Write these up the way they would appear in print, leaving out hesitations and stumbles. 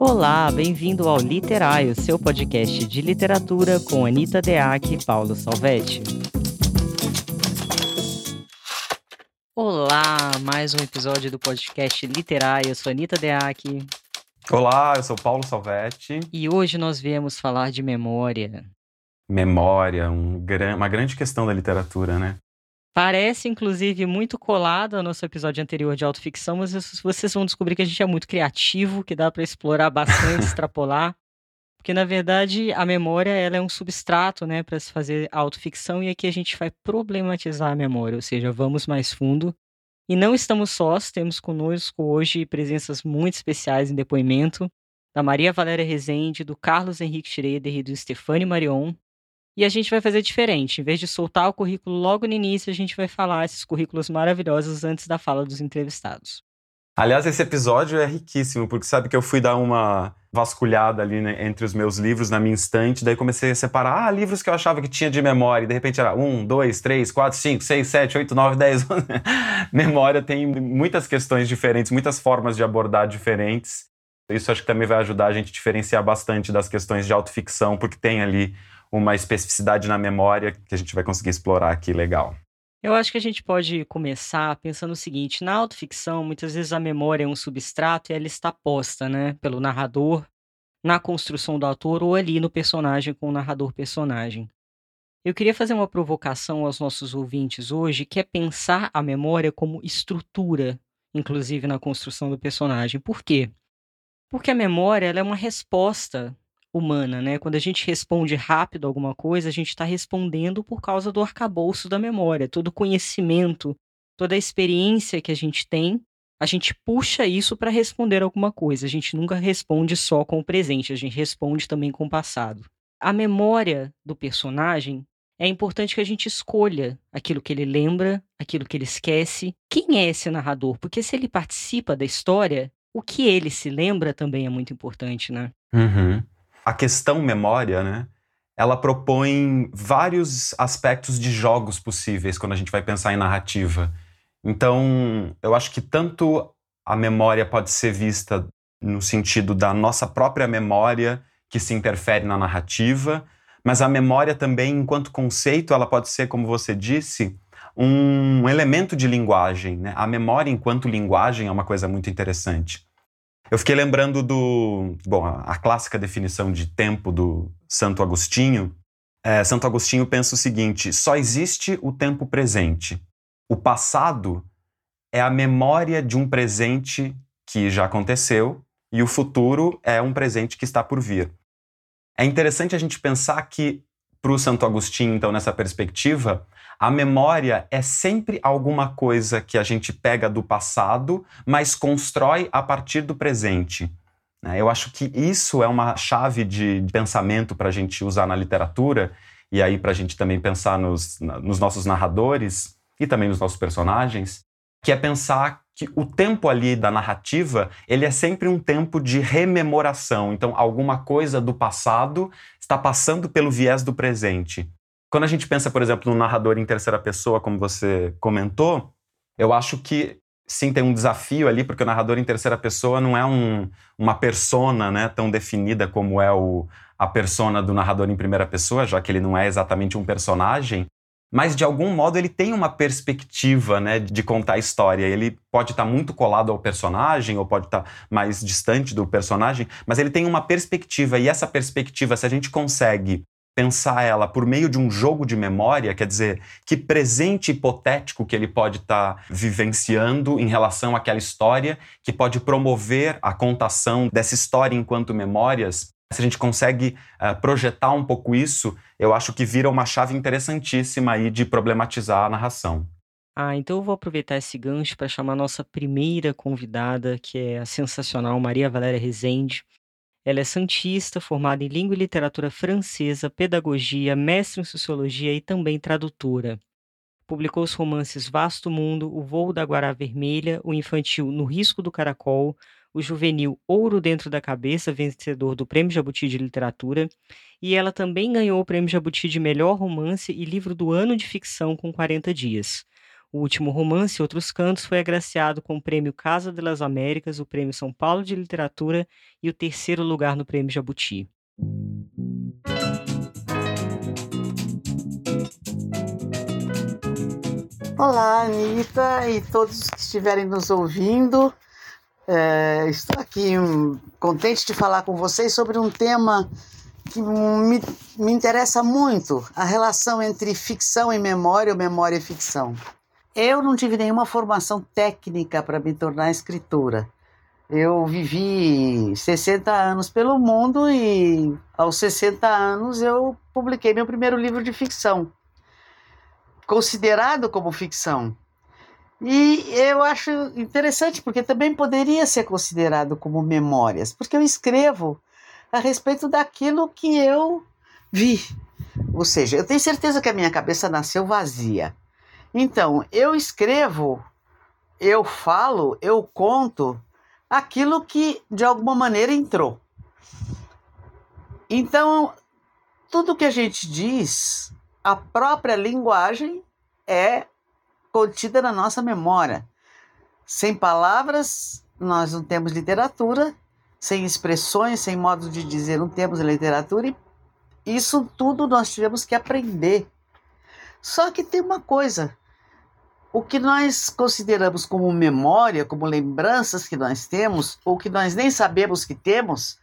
Olá, bem-vindo ao Literário, seu podcast de literatura com Anita Deac e Paulo Salvetti. Olá, mais um episódio do podcast Literário, eu sou Anita Deac Olá, eu sou Paulo Salvetti. e hoje nós viemos falar de memória. Memória, uma grande questão da literatura, né? Parece, inclusive, muito colado ao nosso episódio anterior de autoficção, mas vocês vão descobrir que a gente é muito criativo, que dá para explorar bastante, extrapolar. Porque, na verdade, a memória ela é um substrato, né, para se fazer autoficção, e aqui a gente vai problematizar a memória, ou seja, vamos mais fundo. E não estamos sós, temos conosco hoje presenças muito especiais em depoimento, da Maria Valéria Rezende, do Carlos Henrique Schroeder e do Stefani Marion. E a gente vai fazer diferente, em vez de soltar o currículo logo no início, a gente vai falar esses currículos maravilhosos antes da fala dos entrevistados. Aliás, esse episódio é riquíssimo, porque sabe que eu fui dar uma vasculhada ali, né, entre os meus livros na minha estante, daí comecei a separar, livros que eu achava que tinha de memória, e de repente era 1, 2, 3, 4, 5, 6, 7, 8, 9, 10. Memória tem muitas questões diferentes, muitas formas de abordar diferentes. Isso acho que também vai ajudar a gente a diferenciar bastante das questões de autoficção, porque tem ali uma especificidade na memória que a gente vai conseguir explorar aqui legal. Eu acho que a gente pode começar pensando o seguinte: na autoficção, muitas vezes a memória é um substrato e ela está posta, né, pelo narrador, na construção do autor ou ali no personagem com o narrador-personagem. Eu queria fazer uma provocação aos nossos ouvintes hoje, que é pensar a memória como estrutura, inclusive na construção do personagem. Por quê? Porque a memória ela é uma resposta humana, né? Quando a gente responde rápido a alguma coisa, a gente está respondendo por causa do arcabouço da memória. Todo o conhecimento, toda a experiência que a gente tem, a gente puxa isso para responder alguma coisa. A gente nunca responde só com o presente, a gente responde também com o passado. A memória do personagem é importante que a gente escolha aquilo que ele lembra, aquilo que ele esquece. Quem é esse narrador? Porque se ele participa da história, o que ele se lembra também é muito importante, né? Uhum. A questão memória, né? Ela propõe vários aspectos de jogos possíveis quando a gente vai pensar em narrativa. Então, eu acho que tanto a memória pode ser vista no sentido da nossa própria memória que se interfere na narrativa, mas a memória também, enquanto conceito, ela pode ser, como você disse, um elemento de linguagem, né? A memória enquanto linguagem é uma coisa muito interessante. Eu fiquei lembrando a clássica definição de tempo do Santo Agostinho. Santo Agostinho pensa o seguinte: só existe o tempo presente. O passado é a memória de um presente que já aconteceu e o futuro é um presente que está por vir. É interessante a gente pensar que, para o Santo Agostinho, então, nessa perspectiva, a memória é sempre alguma coisa que a gente pega do passado, mas constrói a partir do presente. Eu acho que isso é uma chave de pensamento para a gente usar na literatura, e aí para a gente também pensar nos nossos narradores e também nos nossos personagens, que é pensar que o tempo ali da narrativa, ele é sempre um tempo de rememoração. Então, alguma coisa do passado está passando pelo viés do presente. Quando a gente pensa, por exemplo, no narrador em terceira pessoa, como você comentou, eu acho que sim, tem um desafio ali, porque o narrador em terceira pessoa não é uma persona, né, tão definida como é a persona do narrador em primeira pessoa, já que ele não é exatamente um personagem, mas de algum modo ele tem uma perspectiva, né, de contar a história. Ele pode estar muito colado ao personagem, ou pode estar mais distante do personagem, mas ele tem uma perspectiva, e essa perspectiva, se a gente consegue pensar ela por meio de um jogo de memória, quer dizer, que presente hipotético que ele pode estar vivenciando em relação àquela história, que pode promover a contação dessa história enquanto memórias. Se a gente consegue projetar um pouco isso, eu acho que vira uma chave interessantíssima aí de problematizar a narração. Então eu vou aproveitar esse gancho para chamar a nossa primeira convidada, que é a sensacional Maria Valéria Rezende. Ela é santista, formada em língua e literatura francesa, pedagogia, mestre em sociologia e também tradutora. Publicou os romances Vasto Mundo, O Voo da Guará Vermelha, o infantil No Risco do Caracol, o juvenil Ouro Dentro da Cabeça, vencedor do Prêmio Jabuti de Literatura, e ela também ganhou o Prêmio Jabuti de Melhor Romance e Livro do Ano de Ficção com 40 Dias. O último romance, Outros Cantos, foi agraciado com o Prêmio Casa de las Américas, o Prêmio São Paulo de Literatura e o terceiro lugar no Prêmio Jabuti. Olá, Anitta e todos que estiverem nos ouvindo. Estou aqui contente de falar com vocês sobre um tema que me interessa muito, a relação entre ficção e memória ou memória e ficção. Eu não tive nenhuma formação técnica para me tornar escritora. Eu vivi 60 anos pelo mundo e aos 60 anos eu publiquei meu primeiro livro de ficção, considerado como ficção. E eu acho interessante, porque também poderia ser considerado como memórias, porque eu escrevo a respeito daquilo que eu vi. Ou seja, eu tenho certeza que a minha cabeça nasceu vazia. Então, eu escrevo, eu falo, eu conto aquilo que de alguma maneira entrou. Então, tudo que a gente diz, a própria linguagem é contida na nossa memória. Sem palavras, nós não temos literatura, sem expressões, sem modo de dizer, não temos literatura, e isso tudo nós tivemos que aprender. Só que tem uma coisa, o que nós consideramos como memória, como lembranças que nós temos, ou que nós nem sabemos que temos,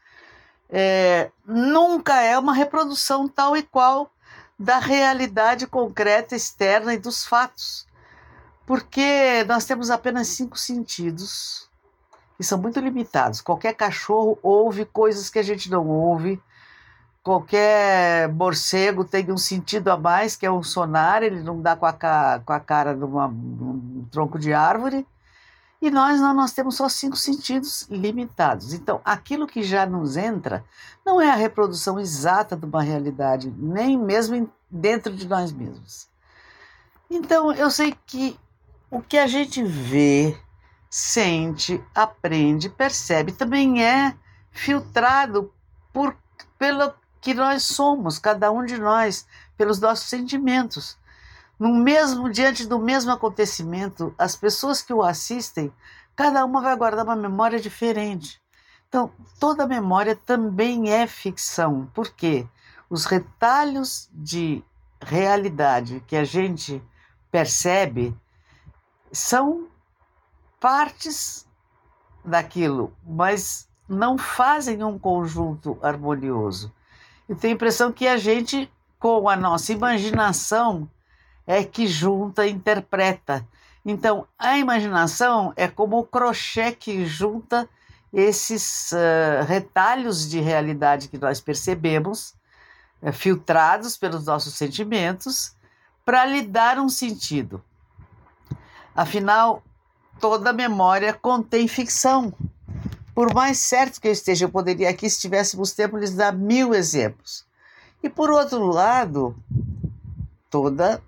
nunca é uma reprodução tal e qual da realidade concreta, externa e dos fatos. Porque nós temos apenas 5 sentidos, que são muito limitados. Qualquer cachorro ouve coisas que a gente não ouve. Qualquer morcego tem um sentido a mais, que é um sonar, ele não dá com a cara num tronco de árvore. E nós não, nós temos só 5 sentidos limitados. Então, aquilo que já nos entra não é a reprodução exata de uma realidade, nem mesmo dentro de nós mesmos. Então, eu sei que o que a gente vê, sente, aprende, percebe, também é filtrado pelo que nós somos, cada um de nós, pelos nossos sentimentos. Diante do mesmo acontecimento, as pessoas que o assistem, cada uma vai guardar uma memória diferente. Então, toda memória também é ficção. Por quê? Os retalhos de realidade que a gente percebe são partes daquilo, mas não fazem um conjunto harmonioso. Eu tenho a impressão que a gente, com a nossa imaginação, é que junta, interpreta. Então, a imaginação é como o crochê que junta esses retalhos de realidade que nós percebemos, filtrados pelos nossos sentimentos, para lhe dar um sentido. Afinal, toda memória contém ficção. Por mais certo que eu esteja, eu poderia aqui, se tivéssemos tempo, lhes dar 1000 exemplos. E por outro lado, toda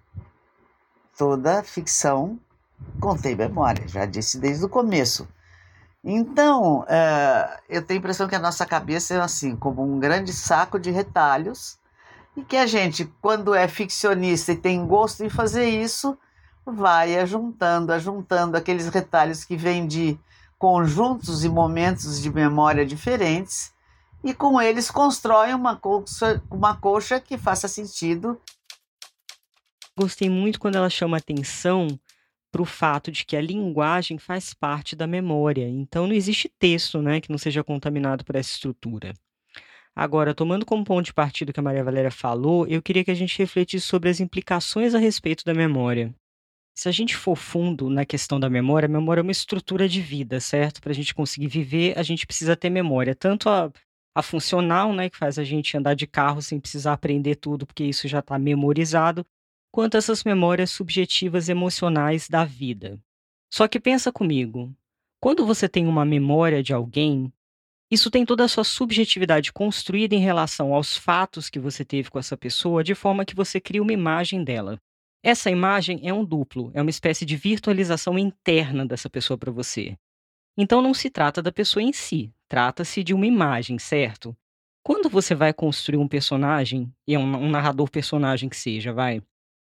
ficção contém memória, já disse desde o começo. Então, eu tenho a impressão que a nossa cabeça é assim, como um grande saco de retalhos, e que a gente, quando é ficcionista e tem gosto em fazer isso, vai ajuntando aqueles retalhos que vêm de conjuntos e momentos de memória diferentes, e com eles constrói uma colcha que faça sentido. Gostei muito quando ela chama atenção para o fato de que a linguagem faz parte da memória, então não existe texto, né, que não seja contaminado por essa estrutura. Agora, tomando como ponto de partida o que a Maria Valéria falou, eu queria que a gente refletisse sobre as implicações a respeito da memória. Se a gente for fundo na questão da memória, a memória é uma estrutura de vida, certo? Para a gente conseguir viver, a gente precisa ter memória. Tanto a funcional, né, que faz a gente andar de carro sem precisar aprender tudo, porque isso já está memorizado, quanto essas memórias subjetivas emocionais da vida. Só que pensa comigo, quando você tem uma memória de alguém, isso tem toda a sua subjetividade construída em relação aos fatos que você teve com essa pessoa, de forma que você cria uma imagem dela. Essa imagem é um duplo, é uma espécie de virtualização interna dessa pessoa para você. Então não se trata da pessoa em si, trata-se de uma imagem, certo? Quando você vai construir um personagem, e é um narrador personagem que seja, vai,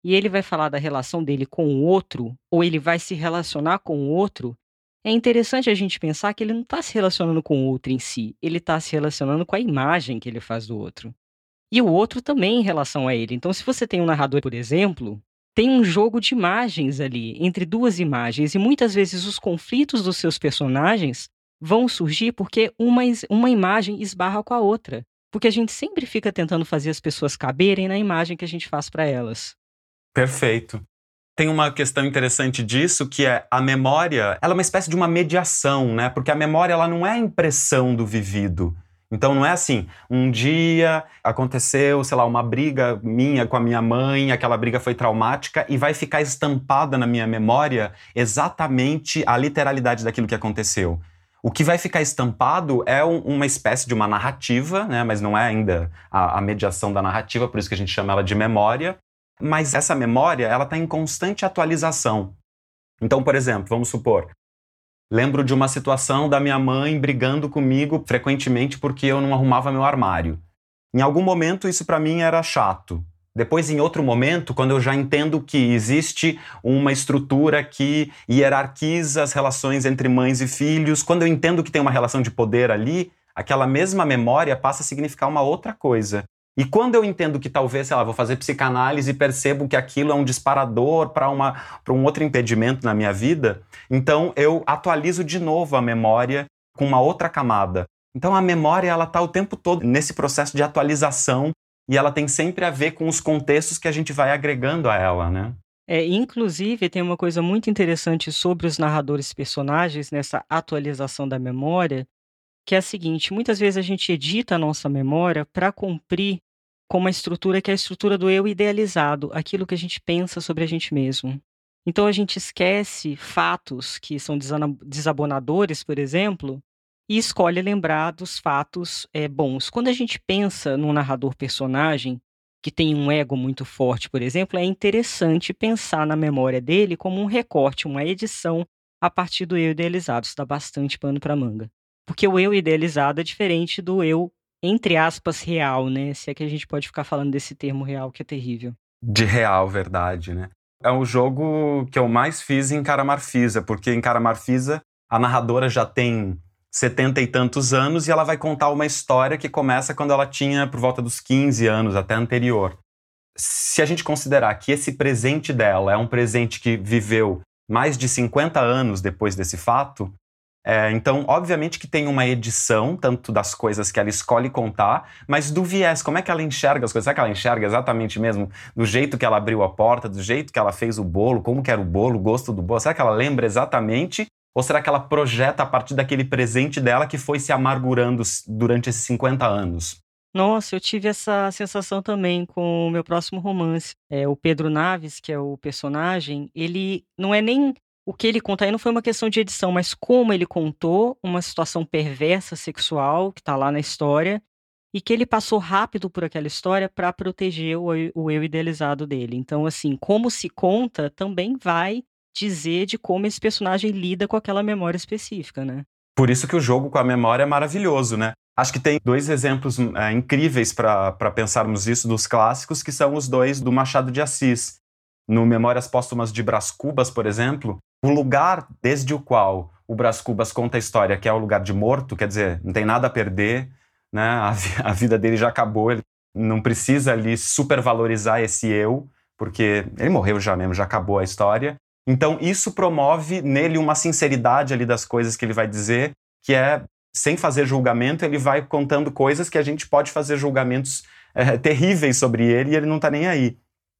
e ele vai falar da relação dele com o outro, ou ele vai se relacionar com o outro, é interessante a gente pensar que ele não está se relacionando com o outro em si, ele está se relacionando com a imagem que ele faz do outro. E o outro também em relação a ele. Então, se você tem um narrador, por exemplo, tem um jogo de imagens ali, entre duas imagens, e muitas vezes os conflitos dos seus personagens vão surgir porque uma imagem esbarra com a outra. Porque a gente sempre fica tentando fazer as pessoas caberem na imagem que a gente faz para elas. Perfeito. Tem uma questão interessante disso, que é a memória, ela é uma espécie de uma mediação, né? Porque a memória, ela não é a impressão do vivido. Então não é assim, um dia aconteceu, sei lá, uma briga minha com a minha mãe, aquela briga foi traumática e vai ficar estampada na minha memória exatamente a literalidade daquilo que aconteceu. O que vai ficar estampado é uma espécie de uma narrativa, né? Mas não é ainda a mediação da narrativa, por isso que a gente chama ela de memória. Mas essa memória, ela está em constante atualização. Então, por exemplo, vamos supor, lembro de uma situação da minha mãe brigando comigo frequentemente porque eu não arrumava meu armário. Em algum momento isso para mim era chato. Depois, em outro momento, quando eu já entendo que existe uma estrutura que hierarquiza as relações entre mães e filhos, quando eu entendo que tem uma relação de poder ali, aquela mesma memória passa a significar uma outra coisa. E quando eu entendo que talvez, sei lá, vou fazer psicanálise e percebo que aquilo é um disparador para um outro impedimento na minha vida, então eu atualizo de novo a memória com uma outra camada. Então a memória, ela está o tempo todo nesse processo de atualização e ela tem sempre a ver com os contextos que a gente vai agregando a ela, né? Inclusive, tem uma coisa muito interessante sobre os narradores personagens nessa atualização da memória, que é a seguinte: muitas vezes a gente edita a nossa memória para cumprir com uma estrutura que é a estrutura do eu idealizado, aquilo que a gente pensa sobre a gente mesmo. Então a gente esquece fatos que são desabonadores, por exemplo, e escolhe lembrar dos fatos bons. Quando a gente pensa num narrador personagem que tem um ego muito forte, por exemplo, é interessante pensar na memória dele como um recorte, uma edição a partir do eu idealizado. Isso dá bastante pano para manga. Porque o eu idealizado é diferente do eu, entre aspas, real, né? Se é que a gente pode ficar falando desse termo real que é terrível. De real, verdade, né? É o jogo que eu mais fiz em Cara Marfisa, porque em Cara Marfisa a narradora já tem 70 e tantos anos e ela vai contar uma história que começa quando ela tinha por volta dos 15 anos, até anterior. Se a gente considerar que esse presente dela é um presente que viveu mais de 50 anos depois desse fato, então, obviamente que tem uma edição, tanto das coisas que ela escolhe contar, mas do viés, como é que ela enxerga as coisas? Será que ela enxerga exatamente mesmo do jeito que ela abriu a porta, do jeito que ela fez o bolo, como que era o bolo, o gosto do bolo? Será que ela lembra exatamente? Ou será que ela projeta a partir daquele presente dela que foi se amargurando durante esses 50 anos? Nossa, eu tive essa sensação também com o meu próximo romance. O Pedro Naves, que é o personagem, ele não é nem o que ele conta aí, não foi uma questão de edição, mas como ele contou uma situação perversa sexual que está lá na história e que ele passou rápido por aquela história para proteger o eu idealizado dele. Então, assim, como se conta também vai dizer de como esse personagem lida com aquela memória específica, né? Por isso que o jogo com a memória é maravilhoso, né? Acho que tem dois exemplos incríveis para pensarmos isso dos clássicos, que são os dois do Machado de Assis. No Memórias Póstumas de Brás Cubas, por exemplo, o lugar desde o qual o Brás Cubas conta a história, que é o lugar de morto, quer dizer, não tem nada a perder, né? A vida dele já acabou, ele não precisa ali supervalorizar esse eu, porque ele morreu já mesmo, já acabou a história. Então isso promove nele uma sinceridade ali das coisas que ele vai dizer, que é, sem fazer julgamento, ele vai contando coisas que a gente pode fazer julgamentos terríveis sobre ele e ele não tá nem aí.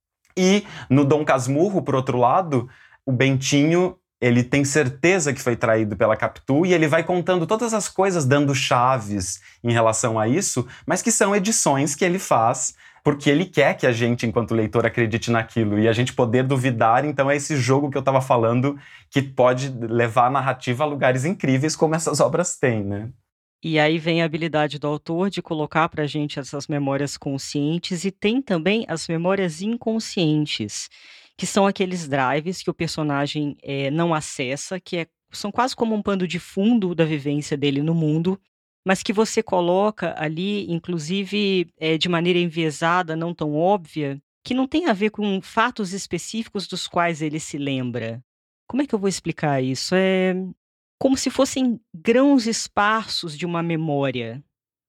E no Dom Casmurro, por outro lado, o Bentinho, ele tem certeza que foi traído pela Capitu e ele vai contando todas as coisas, dando chaves em relação a isso, mas que são edições que ele faz porque ele quer que a gente, enquanto leitor, acredite naquilo. E a gente poder duvidar, então é esse jogo que eu estava falando que pode levar a narrativa a lugares incríveis como essas obras têm, né? E aí vem a habilidade do autor de colocar pra gente essas memórias conscientes e tem também as memórias inconscientes, que são aqueles drives que o personagem não acessa, são quase como um pano de fundo da vivência dele no mundo, mas que você coloca ali, inclusive de maneira enviesada, não tão óbvia, que não tem a ver com fatos específicos dos quais ele se lembra. Como é que eu vou explicar isso? É como se fossem grãos esparsos de uma memória.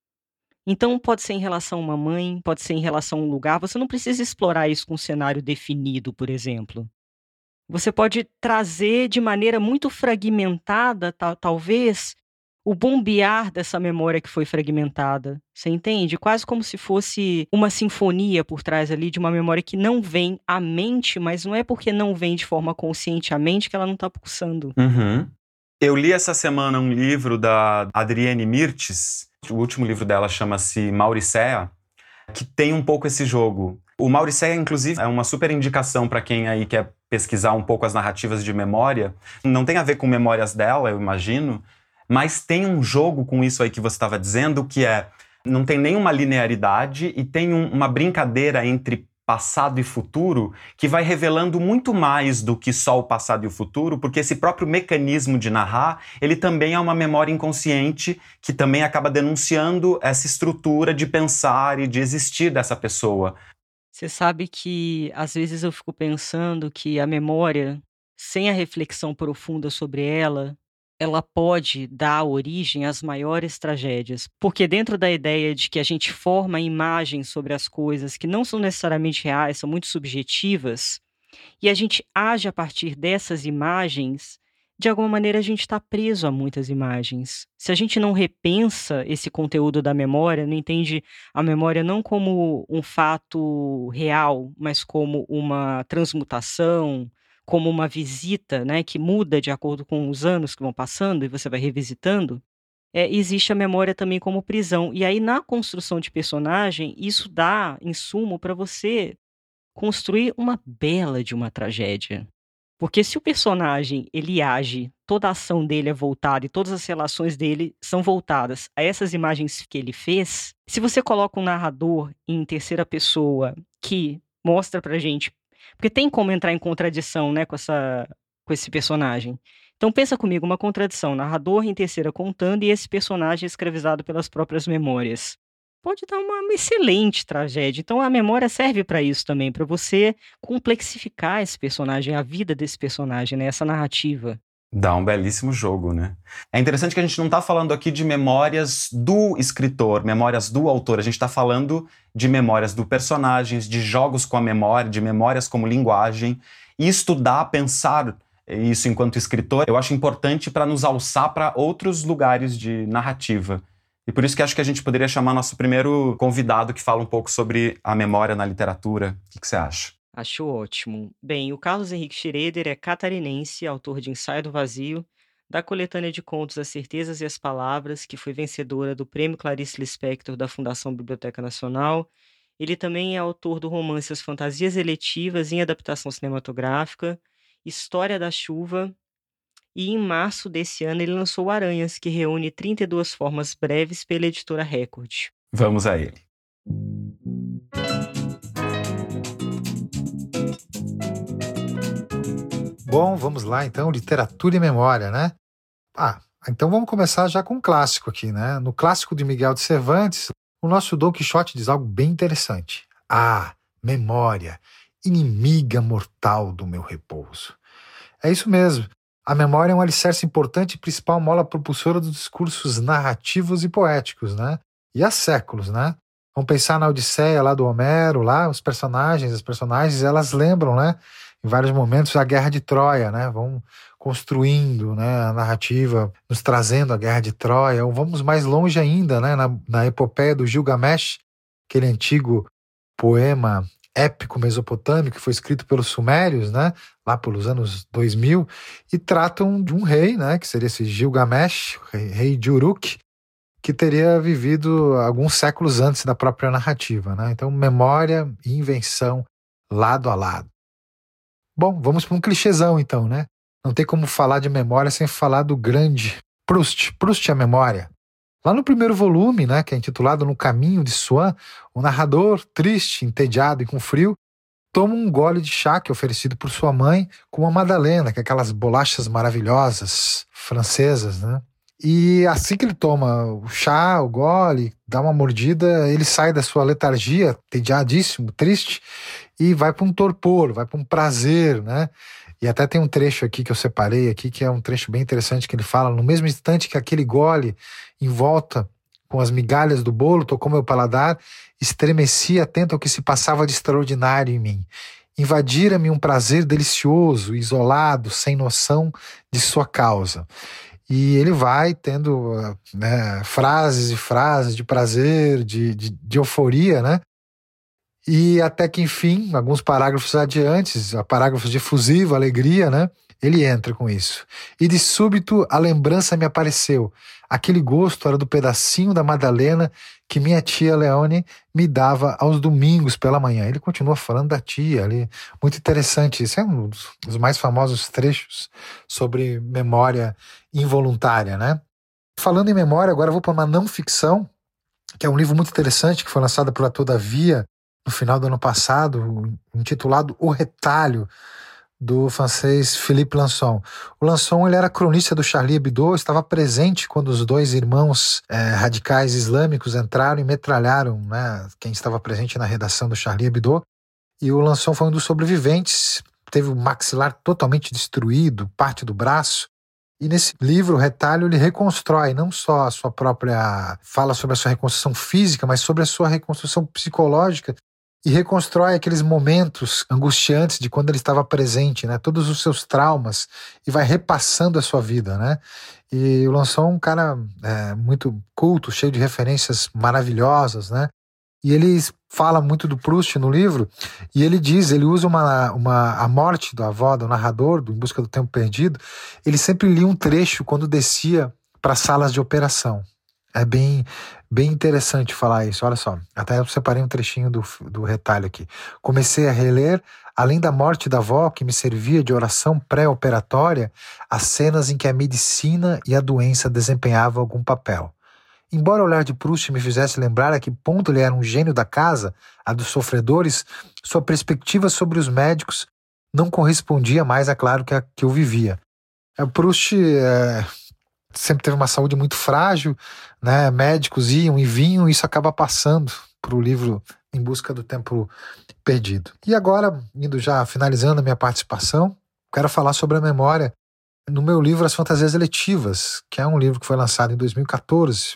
Então pode ser em relação a uma mãe, pode ser em relação a um lugar, você não precisa explorar isso com um cenário definido, por exemplo. Você pode trazer de maneira muito fragmentada, talvez, o bombear dessa memória que foi fragmentada, você entende? Quase como se fosse uma sinfonia por trás ali de uma memória que não vem à mente, mas não é porque não vem de forma consciente à mente que ela não está pulsando. Uhum. Eu li essa semana um livro da Adrienne Mirtes, o último livro dela chama-se Mauricéa, que tem um pouco esse jogo. O Mauricéa, inclusive, é uma super indicação para quem aí quer pesquisar um pouco as narrativas de memória. Não tem a ver com memórias dela, eu imagino, mas tem um jogo com isso aí que você estava dizendo, que não tem nenhuma linearidade e tem uma brincadeira entre passado e futuro que vai revelando muito mais do que só o passado e o futuro, porque esse próprio mecanismo de narrar, ele também é uma memória inconsciente que também acaba denunciando essa estrutura de pensar e de existir dessa pessoa. Você sabe que, às vezes, eu fico pensando que a memória, sem a reflexão profunda sobre ela pode dar origem às maiores tragédias. Porque dentro da ideia de que a gente forma imagens sobre as coisas que não são necessariamente reais, são muito subjetivas, e a gente age a partir dessas imagens, de alguma maneira a gente está preso a muitas imagens. Se a gente não repensa esse conteúdo da memória, não entende a memória não como um fato real, mas como uma transmutação, como uma visita, né, que muda de acordo com os anos que vão passando e você vai revisitando, existe a memória também como prisão. E aí, na construção de personagem, isso dá insumo para você construir uma bela de uma tragédia. Porque se o personagem, ele age, toda a ação dele é voltada e todas as relações dele são voltadas a essas imagens que ele fez, se você coloca um narrador em terceira pessoa que mostra pra gente, porque tem como entrar em contradição, né, com esse personagem. Então pensa comigo, uma contradição, narrador em terceira contando e esse personagem escravizado pelas próprias memórias. Pode dar uma excelente tragédia. Então a memória serve para isso também, para você complexificar esse personagem, a vida desse personagem, né, essa narrativa. Dá um belíssimo jogo, né? É interessante que a gente não está falando aqui de memórias do escritor, memórias do autor. A gente está falando de memórias do personagens, de jogos com a memória, de memórias como linguagem. E estudar, pensar isso enquanto escritor, eu acho importante para nos alçar para outros lugares de narrativa. E por isso que acho que a gente poderia chamar nosso primeiro convidado que fala um pouco sobre a memória na literatura. O que você acha? Acho ótimo. Bem, o Carlos Henrique Schroeder é catarinense, autor de Ensaio do Vazio, da coletânea de contos As Certezas e as Palavras, que foi vencedora do Prêmio Clarice Lispector da Fundação Biblioteca Nacional. Ele também é autor do romance As Fantasias Eletivas em adaptação cinematográfica, História da Chuva, e em março desse ano ele lançou Aranhas, que reúne 32 formas breves pela editora Record. Vamos a ele. Bom, vamos lá então, literatura e memória, né? Então vamos começar já com um clássico aqui, né? No clássico de Miguel de Cervantes, o nosso Dom Quixote diz algo bem interessante. Memória, inimiga mortal do meu repouso. É isso mesmo. A memória é um alicerce importante e principal mola propulsora dos discursos narrativos e poéticos, né? E há séculos, né? Vamos pensar na Odisseia lá do Homero, lá as personagens, elas lembram, né? Em vários momentos a Guerra de Troia, né? Vão construindo, né, a narrativa, nos trazendo a Guerra de Troia. Ou vamos mais longe ainda, né? Na epopeia do Gilgamesh, aquele antigo poema épico mesopotâmico que foi escrito pelos sumérios, né, lá pelos anos 2000, e tratam de um rei, né, que seria esse Gilgamesh, rei de Uruk, que teria vivido alguns séculos antes da própria narrativa, né? Então, memória e invenção lado a lado. Bom, vamos para um clichêzão então, né? Não tem como falar de memória sem falar do grande Proust. Proust é a memória. Lá no primeiro volume, né, que é intitulado No Caminho de Swan, o narrador, triste, entediado e com frio, toma um gole de chá que é oferecido por sua mãe com uma madalena, que é aquelas bolachas maravilhosas francesas, né? E assim que ele toma o chá, o gole, dá uma mordida, ele sai da sua letargia, entediadíssimo, triste, e vai para um torpor, vai para um prazer, né? E até tem um trecho aqui que eu separei aqui, que é um trecho bem interessante, que ele fala: no mesmo instante que aquele gole em volta com as migalhas do bolo tocou meu paladar, estremeci atento ao que se passava de extraordinário em mim. Invadira-me um prazer delicioso, isolado, sem noção de sua causa. E ele vai tendo, né, frases e frases de prazer, de euforia, né? E até que, enfim, alguns parágrafos adiante, parágrafos de efusiva alegria, né? Ele entra com isso. E de súbito a lembrança me apareceu. Aquele gosto era do pedacinho da Madalena que minha tia Leone me dava aos domingos pela manhã. Ele continua falando da tia ali. Muito interessante. Isso é um dos mais famosos trechos sobre memória involuntária, né? Falando em memória, agora eu vou para uma não ficção, que é um livro muito interessante, que foi lançado pela Todavia no final do ano passado, intitulado O Retalho, do francês Philippe Lançon. O Lançon, ele era cronista do Charlie Hebdo, estava presente quando os dois irmãos radicais islâmicos entraram e metralharam, né, quem estava presente na redação do Charlie Hebdo. E o Lançon foi um dos sobreviventes, teve o maxilar totalmente destruído, parte do braço. E nesse livro, O Retalho, ele reconstrói não só a sua própria... fala sobre a sua reconstrução física, mas sobre a sua reconstrução psicológica, e reconstrói aqueles momentos angustiantes de quando ele estava presente, né? Todos os seus traumas, e vai repassando a sua vida, né? E o Lançon é um cara muito culto, cheio de referências maravilhosas, né? E ele fala muito do Proust no livro, e ele usa a morte da avó, do narrador, do Em Busca do Tempo Perdido. Ele sempre lia um trecho quando descia para salas de operação. É bem interessante falar isso. Olha só, até eu separei um trechinho do Retalho aqui. Comecei a reler, além da morte da avó, que me servia de oração pré-operatória, as cenas em que a medicina e a doença desempenhavam algum papel. Embora o olhar de Proust me fizesse lembrar a que ponto ele era um gênio da casa, a dos sofredores, sua perspectiva sobre os médicos não correspondia mais a claro que eu vivia. O Proust sempre teve uma saúde muito frágil, né? Médicos iam e vinham, e isso acaba passando para o livro Em Busca do Tempo Perdido. E agora, indo já finalizando a minha participação, quero falar sobre a memória no meu livro As Fantasias Eletivas, que é um livro que foi lançado em 2014,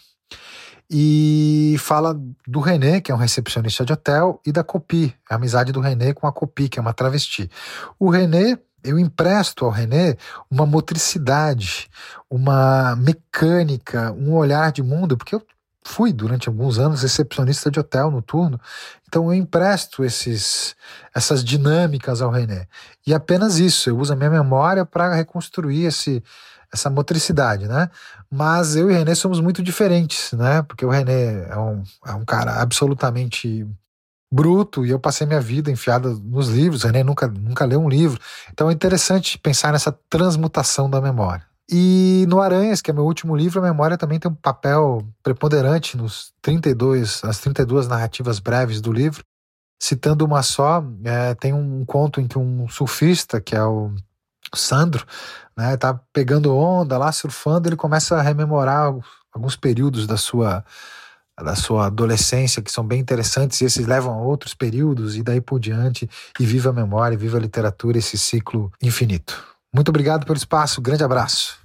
e fala do René, que é um recepcionista de hotel, e da Copie, a amizade do René com a Copie, que é uma travesti. O René, eu empresto ao René uma motricidade, uma mecânica, um olhar de mundo, porque eu fui durante alguns anos recepcionista de hotel noturno, então eu empresto essas dinâmicas ao René. E apenas isso, eu uso a minha memória para reconstruir essa motricidade, né? Mas eu e o René somos muito diferentes, né? Porque o René é um cara absolutamente bruto, e eu passei minha vida enfiada nos livros. O René nunca leu um livro. Então é interessante pensar nessa transmutação da memória. E no Aranhas, que é meu último livro, a memória também tem um papel preponderante nas 32 narrativas breves do livro. Citando uma só, tem um conto em que um surfista, que é o Sandro, né, tá pegando onda lá, surfando, ele começa a rememorar alguns períodos da sua adolescência, que são bem interessantes, e esses levam a outros períodos, e daí por diante, e viva a memória, viva a literatura, esse ciclo infinito. Muito obrigado pelo espaço, grande abraço.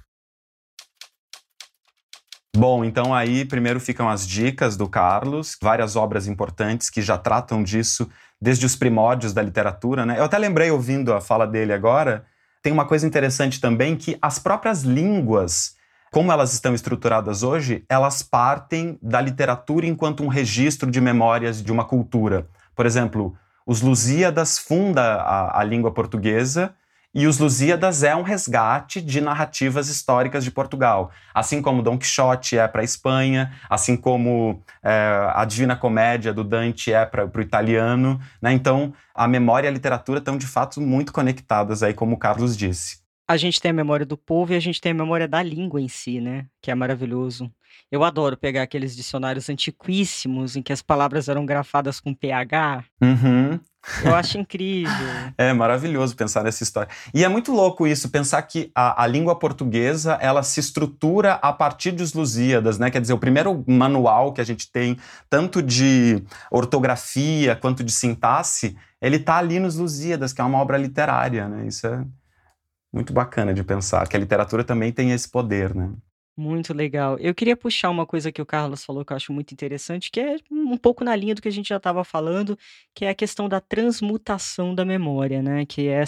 Bom, então aí primeiro ficam as dicas do Carlos, várias obras importantes que já tratam disso desde os primórdios da literatura, né? Eu até lembrei, ouvindo a fala dele agora, tem uma coisa interessante também, que as próprias línguas, como elas estão estruturadas hoje, elas partem da literatura enquanto um registro de memórias de uma cultura. Por exemplo, os Lusíadas funda a língua portuguesa, e os Lusíadas é um resgate de narrativas históricas de Portugal. Assim como Dom Quixote é para a Espanha, assim como a Divina Comédia do Dante é para o italiano, né? Então, a memória e a literatura estão, de fato, muito conectadas, aí, como o Carlos disse. A gente tem a memória do povo e a gente tem a memória da língua em si, né? Que é maravilhoso. Eu adoro pegar aqueles dicionários antiquíssimos em que as palavras eram grafadas com PH. Uhum. Eu acho incrível. É maravilhoso pensar nessa história. E é muito louco isso, pensar que a língua portuguesa, ela se estrutura a partir dos Lusíadas, né? Quer dizer, o primeiro manual que a gente tem, tanto de ortografia quanto de sintaxe, ele tá ali nos Lusíadas, que é uma obra literária, né? Isso é muito bacana de pensar, que a literatura também tem esse poder, né? Muito legal. Eu queria puxar uma coisa que o Carlos falou que eu acho muito interessante, que é um pouco na linha do que a gente já estava falando, que é a questão da transmutação da memória, né? Que é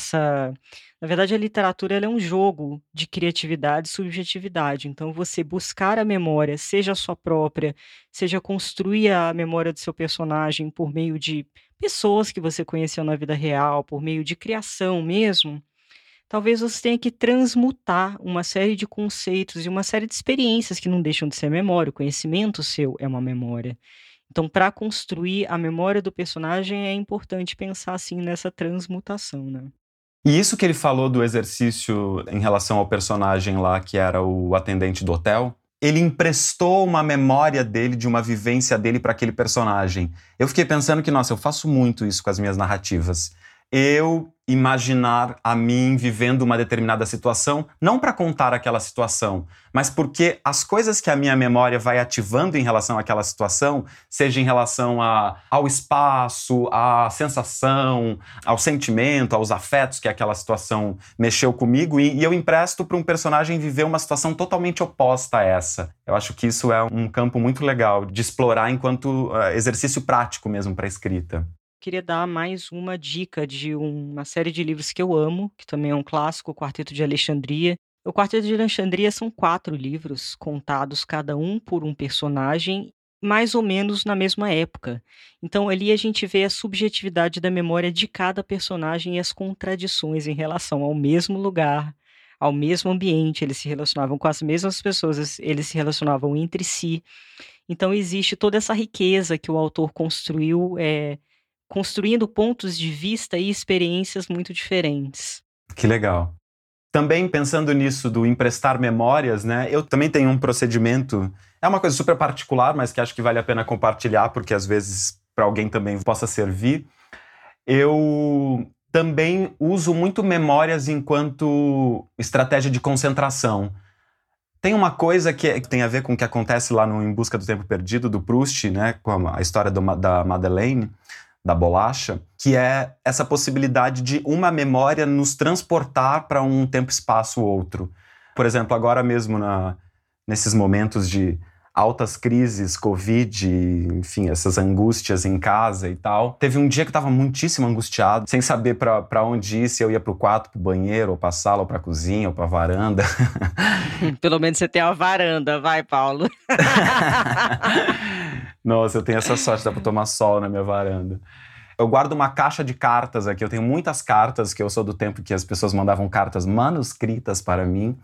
na verdade, a literatura ela é um jogo de criatividade e subjetividade. Então, você buscar a memória, seja a sua própria, seja construir a memória do seu personagem por meio de pessoas que você conheceu na vida real, por meio de criação mesmo. Talvez você tenha que transmutar uma série de conceitos e uma série de experiências que não deixam de ser memória. O conhecimento seu é uma memória. Então, para construir a memória do personagem, é importante pensar assim nessa transmutação, né? E isso que ele falou do exercício em relação ao personagem lá, que era o atendente do hotel, ele emprestou uma memória dele, de uma vivência dele para aquele personagem. Eu fiquei pensando que, nossa, eu faço muito isso com as minhas narrativas. Eu imaginar a mim vivendo uma determinada situação, não para contar aquela situação, mas porque as coisas que a minha memória vai ativando em relação àquela situação, seja em relação ao espaço, à sensação, ao sentimento, aos afetos que aquela situação mexeu comigo, e eu empresto para um personagem viver uma situação totalmente oposta a essa. Eu acho que isso é um campo muito legal de explorar enquanto exercício prático mesmo para a escrita. Queria dar mais uma dica de uma série de livros que eu amo, que também é um clássico, o Quarteto de Alexandria. O Quarteto de Alexandria são 4 livros, contados cada um por um personagem, mais ou menos na mesma época. Então ali a gente vê a subjetividade da memória de cada personagem e as contradições em relação ao mesmo lugar, ao mesmo ambiente. Eles se relacionavam com as mesmas pessoas, eles se relacionavam entre si. Então existe toda essa riqueza que o autor construiu, construindo pontos de vista e experiências muito diferentes. Que legal. Também pensando nisso do emprestar memórias, né? Eu também tenho um procedimento, é uma coisa super particular, mas que acho que vale a pena compartilhar, porque às vezes para alguém também possa servir. Eu também uso muito memórias enquanto estratégia de concentração. Tem uma coisa que tem a ver com o que acontece lá no Em Busca do Tempo Perdido, do Proust, né? Com a história da Madeleine, da bolacha, que é essa possibilidade de uma memória nos transportar para um tempo, espaço, outro. Por exemplo, agora mesmo nesses momentos de altas crises, Covid, enfim, essas angústias em casa e tal. Teve um dia que eu estava muitíssimo angustiado, sem saber para onde ir, se eu ia para o quarto, para o banheiro, ou para a sala, ou para a cozinha, ou para a varanda. Pelo menos você tem uma varanda, vai, Paulo. Nossa, eu tenho essa sorte, dá pra tomar sol na minha varanda. Eu guardo uma caixa de cartas aqui, eu tenho muitas cartas, que eu sou do tempo que as pessoas mandavam cartas manuscritas para mim.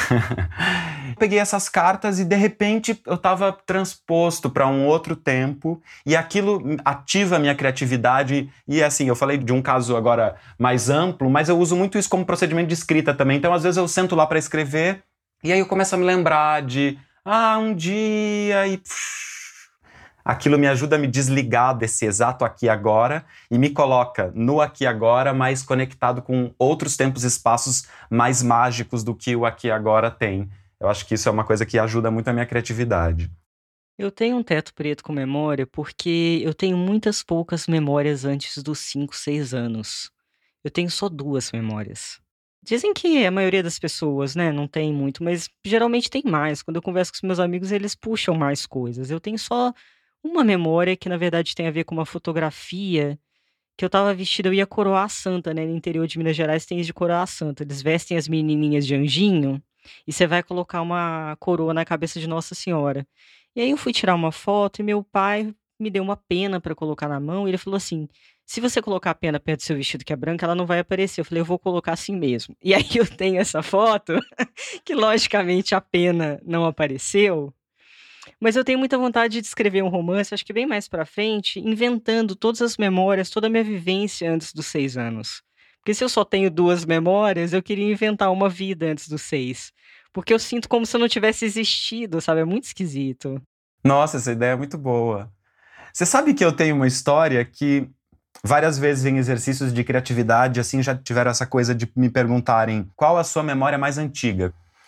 Peguei essas cartas e, de repente, eu estava transposto para um outro tempo, e aquilo ativa a minha criatividade. E, assim, eu falei de um caso agora mais amplo, mas eu uso muito isso como procedimento de escrita também. Então, às vezes, eu sento lá para escrever, e aí eu começo a me lembrar de um dia e aquilo me ajuda a me desligar desse exato aqui e agora e me coloca no aqui e agora, mais conectado com outros tempos e espaços mais mágicos do que o aqui e agora tem. Eu acho que isso é uma coisa que ajuda muito a minha criatividade. Eu tenho um teto preto com memória porque eu tenho muitas poucas memórias antes dos 5, 6 anos. Eu tenho só 2 memórias. Dizem que a maioria das pessoas, né, não tem muito, mas geralmente tem mais. Quando eu converso com os meus amigos, eles puxam mais coisas. Eu tenho só uma memória que, na verdade, tem a ver com uma fotografia que eu estava vestida, eu ia coroar a santa, né? No interior de Minas Gerais tem isso de coroar a santa. Eles vestem as menininhas de anjinho e você vai colocar uma coroa na cabeça de Nossa Senhora. E aí eu fui tirar uma foto e meu pai me deu uma pena para colocar na mão e ele falou assim: se você colocar a pena perto do seu vestido que é branco, ela não vai aparecer. Eu falei, eu vou colocar assim mesmo. E aí eu tenho essa foto, que logicamente a pena não apareceu, mas eu tenho muita vontade de escrever um romance, acho que bem mais pra frente, inventando todas as memórias, toda a minha vivência antes dos 6 anos. Porque se eu só tenho 2 memórias, eu queria inventar uma vida antes dos 6. Porque eu sinto como se eu não tivesse existido, sabe? É muito esquisito. Nossa, essa ideia é muito boa. Você sabe que eu tenho uma história que várias vezes em exercícios de criatividade, assim, já tiveram essa coisa de me perguntarem qual a sua memória mais antiga.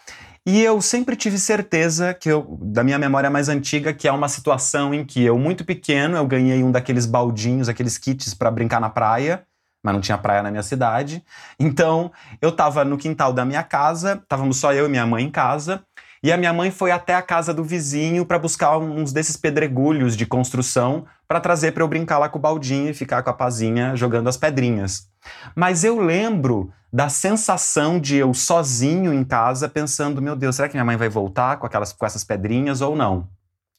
E eu sempre tive certeza da minha memória mais antiga, que é uma situação em que eu, muito pequeno, eu ganhei um daqueles baldinhos, aqueles kits para brincar na praia, mas não tinha praia na minha cidade. Então, eu estava no quintal da minha casa, estávamos só eu e minha mãe em casa, e a minha mãe foi até a casa do vizinho para buscar uns desses pedregulhos de construção para trazer para eu brincar lá com o baldinho e ficar com a pazinha jogando as pedrinhas. Mas eu lembro da sensação de eu sozinho em casa pensando, meu Deus, será que minha mãe vai voltar com essas pedrinhas ou não?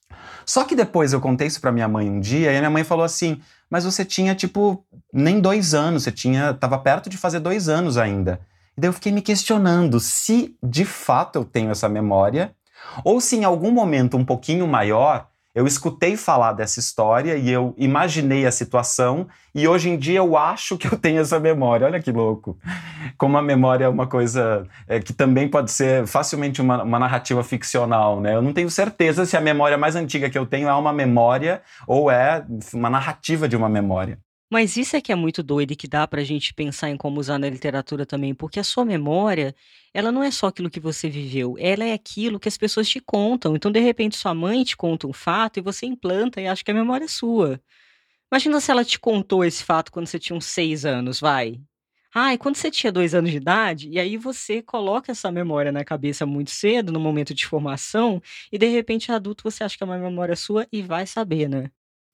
Só que depois eu contei isso pra minha mãe um dia e a minha mãe falou assim, mas você tinha tipo nem 2 anos, tava perto de fazer 2 anos ainda. E daí eu fiquei me questionando se de fato eu tenho essa memória ou se em algum momento um pouquinho maior eu escutei falar dessa história e eu imaginei a situação e hoje em dia eu acho que eu tenho essa memória. Olha que louco. Como a memória é uma coisa que também pode ser facilmente uma narrativa ficcional, né? Eu não tenho certeza se a memória mais antiga que eu tenho é uma memória ou é uma narrativa de uma memória. Mas isso é que é muito doido e que dá pra gente pensar em como usar na literatura também, porque a sua memória, ela não é só aquilo que você viveu, ela é aquilo que as pessoas te contam. Então, de repente, sua mãe te conta um fato e você implanta e acha que a memória é sua. Imagina se ela te contou esse fato quando você tinha uns 6 anos, vai. Ah, e quando você tinha 2 anos de idade, e aí você coloca essa memória na cabeça muito cedo, no momento de formação, e de repente adulto você acha que é uma memória sua e vai saber, né?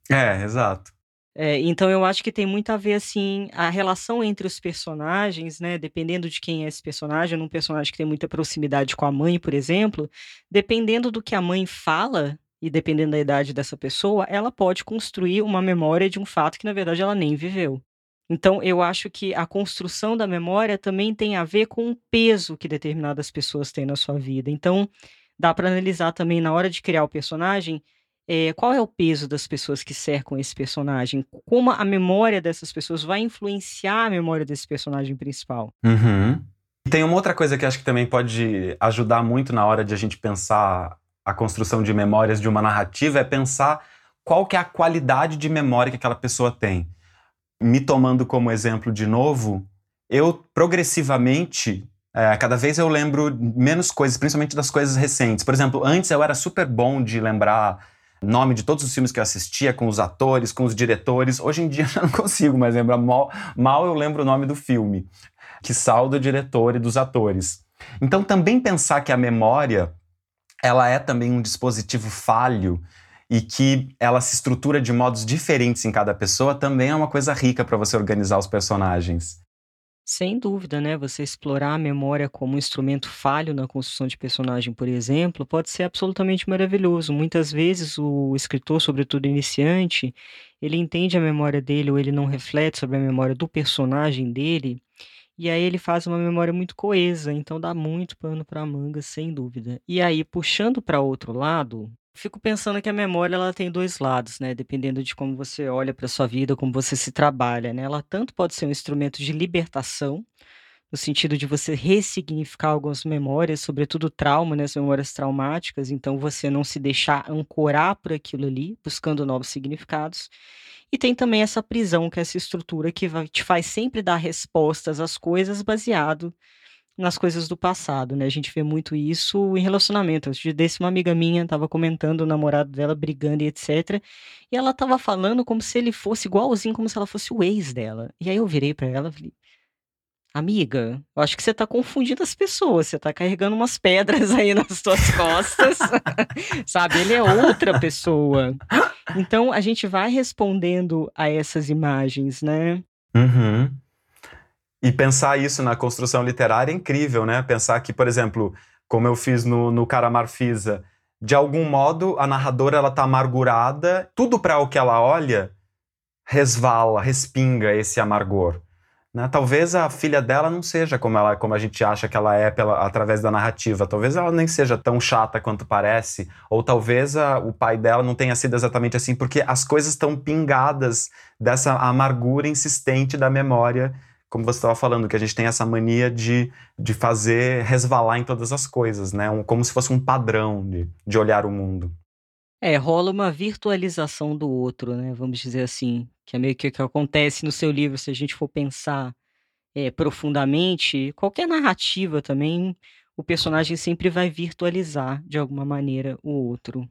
Exato. Então eu acho que tem muito a ver, assim, a relação entre os personagens, né, dependendo de quem é esse personagem, num personagem que tem muita proximidade com a mãe, por exemplo, dependendo do que a mãe fala e dependendo da idade dessa pessoa, ela pode construir uma memória de um fato que, na verdade, ela nem viveu. Então eu acho que a construção da memória também tem a ver com o peso que determinadas pessoas têm na sua vida. Então, dá para analisar também na hora de criar o personagem, qual é o peso das pessoas que cercam esse personagem? Como a memória dessas pessoas vai influenciar a memória desse personagem principal? Uhum. E tem uma outra coisa que acho que também pode ajudar muito na hora de a gente pensar a construção de memórias de uma narrativa, é pensar qual que é a qualidade de memória que aquela pessoa tem. Me tomando como exemplo de novo, eu progressivamente, cada vez eu lembro menos coisas, principalmente das coisas recentes. Por exemplo, antes eu era super bom de lembrar nome de todos os filmes que eu assistia, com os atores, com os diretores. Hoje em dia eu não consigo mais lembrar. Mal eu lembro o nome do filme, quiçá do diretor e dos atores. Então também pensar que a memória, ela é também um dispositivo falho e que ela se estrutura de modos diferentes em cada pessoa, também é uma coisa rica para você organizar os personagens. Sem dúvida, né? Você explorar a memória como um instrumento falho na construção de personagem, por exemplo, pode ser absolutamente maravilhoso. Muitas vezes o escritor, sobretudo iniciante, ele entende a memória dele ou ele não reflete sobre a memória do personagem dele, e aí ele faz uma memória muito coesa, então dá muito pano para manga, sem dúvida. E aí, puxando para outro lado, fico pensando que a memória ela tem 2 lados, né, dependendo de como você olha para sua vida, como você se trabalha, né. Ela tanto pode ser um instrumento de libertação, no sentido de você ressignificar algumas memórias, sobretudo trauma, né, as memórias traumáticas, então você não se deixar ancorar por aquilo ali, buscando novos significados. E tem também essa prisão, que é essa estrutura que te faz sempre dar respostas às coisas baseado nas coisas do passado, né, a gente vê muito isso em relacionamento. Outro dia desse uma amiga minha estava comentando o namorado dela brigando e etcétera, e ela estava falando como se ele fosse igualzinho, como se ela fosse o ex dela. E aí eu virei pra ela e falei: "Amiga, eu acho que você tá confundindo as pessoas, você tá carregando umas pedras aí nas suas costas, sabe, ele é outra pessoa". Então a gente vai respondendo a essas imagens, né. Uhum. E pensar isso na construção literária é incrível, né? Pensar que, por exemplo, como eu fiz no Cara Marfisa, de algum modo a narradora ela tá amargurada, tudo para o que ela olha resvala, respinga esse amargor. Né? Talvez a filha dela não seja como a gente acha que ela é através da narrativa. Talvez ela nem seja tão chata quanto parece. Ou talvez o pai dela não tenha sido exatamente assim, porque as coisas estão pingadas dessa amargura insistente da memória como você estava falando, que a gente tem essa mania de fazer resvalar em todas as coisas, né? Como se fosse um padrão de olhar o mundo. Rola uma virtualização do outro, né, vamos dizer assim, que é meio que o que acontece no seu livro, se a gente for pensar, profundamente, qualquer narrativa também, o personagem sempre vai virtualizar, de alguma maneira, o outro.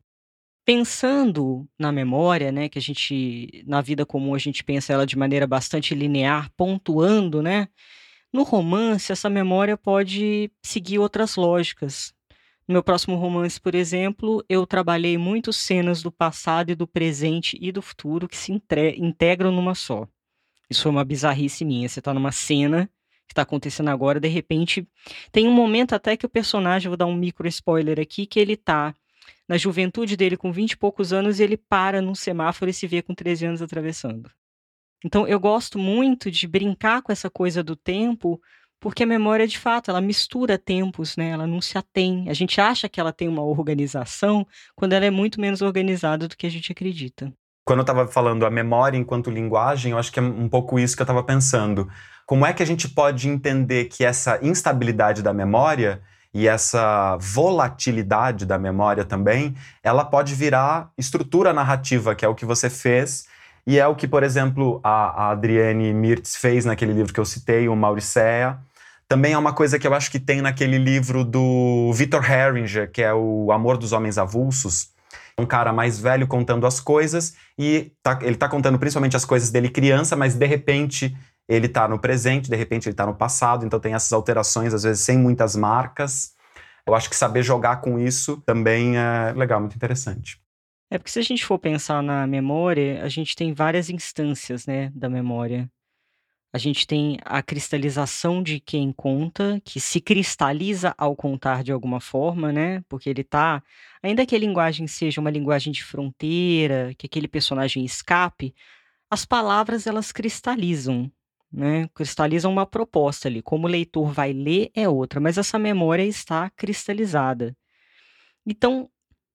Pensando na memória, né, que a gente na vida comum a gente pensa ela de maneira bastante linear, pontuando, né, no romance essa memória pode seguir outras lógicas. No meu próximo romance, por exemplo, eu trabalhei muito cenas do passado e do presente e do futuro que se integram numa só. Isso foi uma bizarrice minha. Você tá numa cena que tá acontecendo agora, de repente, tem um momento até que o personagem, vou dar um micro spoiler aqui, que ele tá na juventude dele com 20 e poucos anos e ele para num semáforo e se vê com 13 anos atravessando. Então eu gosto muito de brincar com essa coisa do tempo, porque a memória, de fato, ela mistura tempos, né, ela não se atém. A gente acha que ela tem uma organização, quando ela é muito menos organizada do que a gente acredita. Quando eu estava falando a memória enquanto linguagem, eu acho que é um pouco isso que eu estava pensando. Como é que a gente pode entender que essa instabilidade da memória e essa volatilidade da memória também, ela pode virar estrutura narrativa, que é o que você fez, e é o que, por exemplo, a Adrienne Mirtz fez naquele livro que eu citei, o Mauricéa. Também é uma coisa que eu acho que tem naquele livro do Victor Heringer, que é o Amor dos Homens Avulsos. Um cara mais velho contando as coisas, e ele tá contando principalmente as coisas dele criança, mas de repente ele tá no presente, de repente ele tá no passado, então tem essas alterações, às vezes sem muitas marcas. Eu acho que saber jogar com isso também é legal, muito interessante. Porque se a gente for pensar na memória, a gente tem várias instâncias, né, da memória. A gente tem a cristalização de quem conta, que se cristaliza ao contar de alguma forma, né? Porque ele tá. Ainda que a linguagem seja uma linguagem de fronteira, que aquele personagem escape, as palavras elas cristalizam, né? Cristalizam uma proposta ali. Como o leitor vai ler é outra, mas essa memória está cristalizada. Então,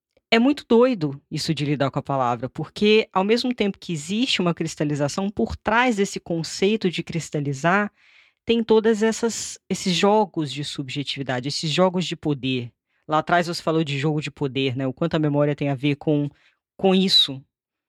é muito doido isso de lidar com a palavra, porque ao mesmo tempo que existe uma cristalização, por trás desse conceito de cristalizar, tem todas esses jogos de subjetividade, esses jogos de poder. Lá atrás você falou de jogo de poder, né? O quanto a memória tem a ver com isso,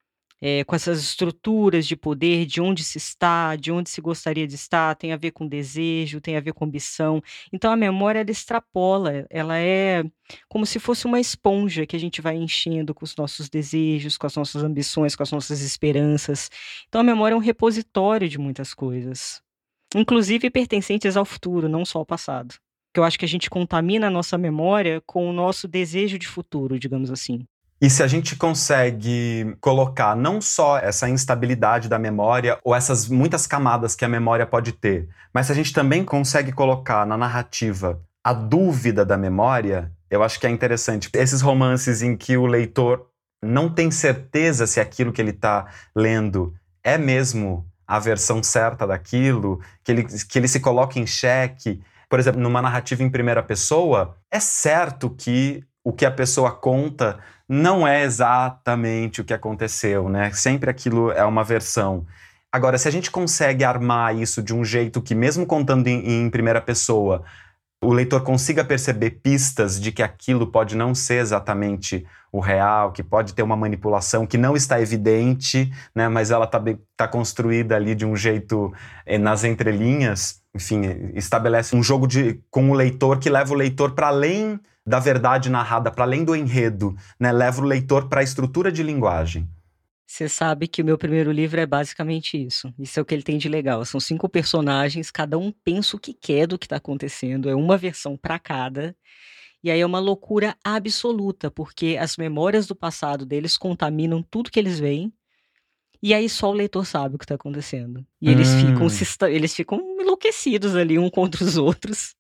com essas estruturas de poder, de onde se está, de onde se gostaria de estar, tem a ver com desejo, tem a ver com ambição. Então a memória ela extrapola, ela é como se fosse uma esponja que a gente vai enchendo com os nossos desejos, com as nossas ambições, com as nossas esperanças. Então a memória é um repositório de muitas coisas, inclusive pertencentes ao futuro, não só ao passado. Que eu acho que a gente contamina a nossa memória com o nosso desejo de futuro, digamos assim. E se a gente consegue colocar não só essa instabilidade da memória ou essas muitas camadas que a memória pode ter, mas se a gente também consegue colocar na narrativa a dúvida da memória, eu acho que é interessante. Esses romances em que o leitor não tem certeza se aquilo que ele está lendo é mesmo a versão certa daquilo, que ele se coloca em xeque. Por exemplo, numa narrativa em primeira pessoa, é certo que o que a pessoa conta não é exatamente o que aconteceu, né? Sempre aquilo é uma versão. Agora, se a gente consegue armar isso de um jeito que, mesmo contando em primeira pessoa, o leitor consiga perceber pistas de que aquilo pode não ser exatamente o real, que pode ter uma manipulação que não está evidente, né? Mas ela tá construída ali de um jeito nas entrelinhas, enfim, estabelece um jogo com o leitor que leva o leitor para além da verdade narrada, para além do enredo, né? Leva o leitor para a estrutura de linguagem. Você sabe que o meu primeiro livro é basicamente isso. Isso é o que ele tem de legal. São 5 personagens, cada um pensa o que quer do que está acontecendo, é uma versão para cada. E aí é uma loucura absoluta, porque as memórias do passado deles contaminam tudo que eles veem, e aí só o leitor sabe o que está acontecendo. E eles ficam enlouquecidos ali, um contra os outros.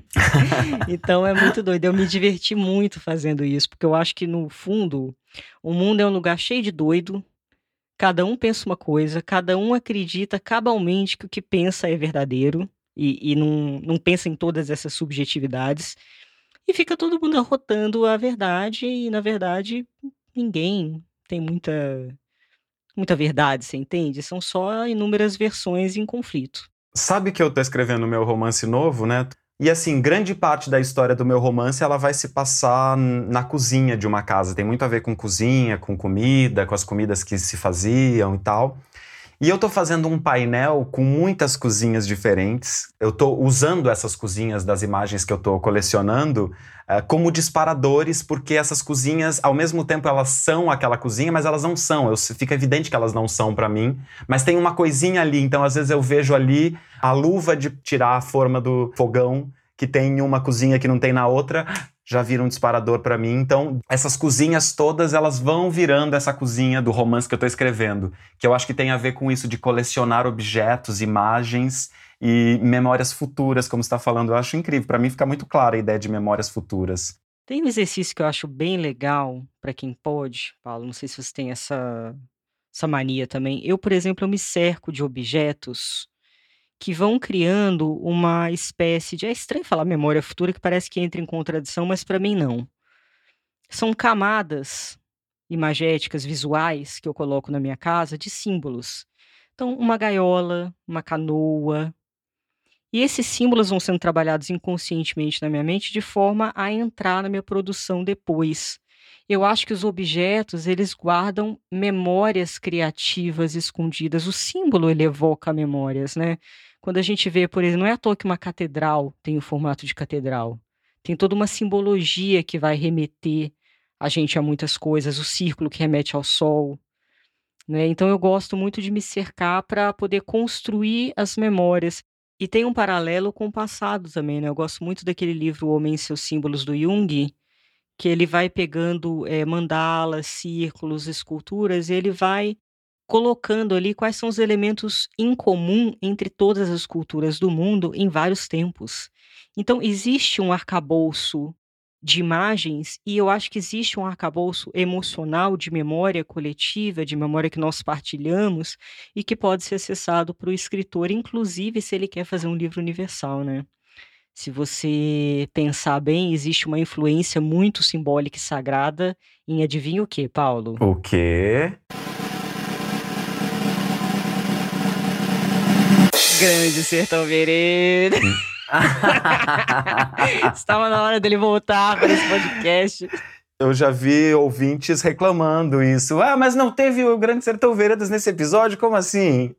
Então é muito doido. Eu me diverti muito fazendo isso, porque eu acho que, no fundo, o mundo é um lugar cheio de doido. Cada um pensa uma coisa, cada um acredita cabalmente que o que pensa é verdadeiro e não pensa em todas essas subjetividades. E fica todo mundo arrotando a verdade e, na verdade, ninguém tem muita verdade, você entende? São só inúmeras versões em conflito. Sabe que eu tô escrevendo o meu romance novo, né? E assim, grande parte da história do meu romance, ela vai se passar na cozinha de uma casa. Tem muito a ver com cozinha, com comida, com as comidas que se faziam e tal. E eu tô fazendo um painel com muitas cozinhas diferentes. Eu tô usando essas cozinhas das imagens que eu tô colecionando como disparadores, porque essas cozinhas, ao mesmo tempo, elas são aquela cozinha, mas elas não são. Fica evidente que elas não são para mim, mas tem uma coisinha ali. Então, às vezes, eu vejo ali a luva de tirar a forma do fogão, que tem em uma cozinha que não tem na outra, já vira um disparador para mim. Então, essas cozinhas todas, elas vão virando essa cozinha do romance que eu tô escrevendo, que eu acho que tem a ver com isso de colecionar objetos, imagens e memórias futuras, como você está falando. Eu acho incrível. Para mim fica muito clara a ideia de memórias futuras. Tem um exercício que eu acho bem legal para quem pode, Paulo, não sei se você tem essa mania também. Eu, por exemplo, eu me cerco de objetos que vão criando uma espécie de... É estranho falar memória futura, que parece que entra em contradição, mas para mim não. São camadas imagéticas, visuais, que eu coloco na minha casa, de símbolos. Então, uma gaiola, uma canoa. E esses símbolos vão sendo trabalhados inconscientemente na minha mente de forma a entrar na minha produção depois. Eu acho que os objetos, eles guardam memórias criativas escondidas. O símbolo, ele evoca memórias, né? Quando a gente vê, por exemplo, não é à toa que uma catedral tem o formato de catedral. Tem toda uma simbologia que vai remeter a gente a muitas coisas. O círculo que remete ao sol, né? Então eu gosto muito de me cercar para poder construir as memórias. E tem um paralelo com o passado também, né? Eu gosto muito daquele livro O Homem e seus Símbolos, do Jung, que ele vai pegando mandalas, círculos, esculturas, e ele vai colocando ali quais são os elementos em comum entre todas as culturas do mundo em vários tempos. Então, existe um arcabouço de imagens, e eu acho que existe um arcabouço emocional de memória coletiva, de memória que nós partilhamos, e que pode ser acessado para o escritor, inclusive se ele quer fazer um livro universal, né? Se você pensar bem, existe uma influência muito simbólica e sagrada em adivinha o quê, Paulo? O quê? Grande Sertão Veredas. Estava na hora dele voltar para esse podcast. Eu já vi ouvintes reclamando isso. Ah, mas não teve o Grande Sertão Veredas nesse episódio? Como assim?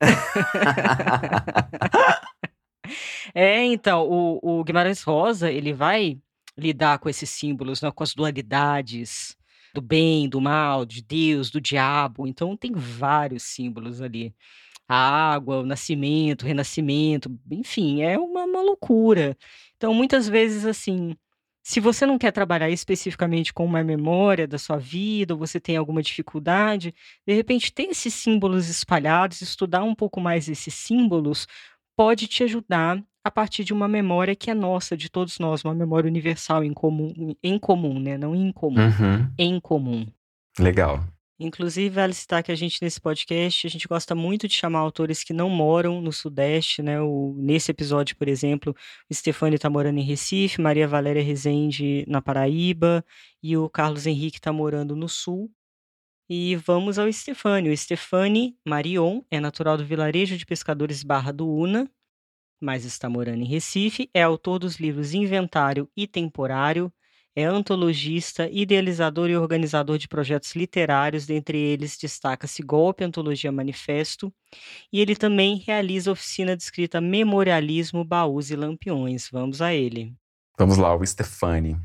Então, o Guimarães Rosa, ele vai lidar com esses símbolos, né, com as dualidades do bem, do mal, de Deus, do diabo. Então, tem vários símbolos ali. A água, o nascimento, o renascimento, enfim, é uma loucura. Então, muitas vezes, assim, se você não quer trabalhar especificamente com uma memória da sua vida, ou você tem alguma dificuldade, de repente, ter esses símbolos espalhados, estudar um pouco mais esses símbolos, pode te ajudar a partir de uma memória que é nossa, de todos nós, uma memória universal em comum, né? Não incomum, em comum. Legal. Inclusive, vale citar que a gente, nesse podcast, a gente gosta muito de chamar autores que não moram no Sudeste, né? Nesse episódio, por exemplo, o Stefani está morando em Recife, Maria Valéria Rezende na Paraíba, e o Carlos Henrique está morando no Sul. E vamos ao Stefani. O Stefani Marion é natural do vilarejo de pescadores Barra do Una, mas está morando em Recife, é autor dos livros Inventário e Temporário, é antologista, idealizador e organizador de projetos literários, dentre eles destaca-se Golpe, Antologia Manifesto, e ele também realiza oficina de escrita Memorialismo, Baús e Lampiões. Vamos a ele. Vamos lá, o Stefani.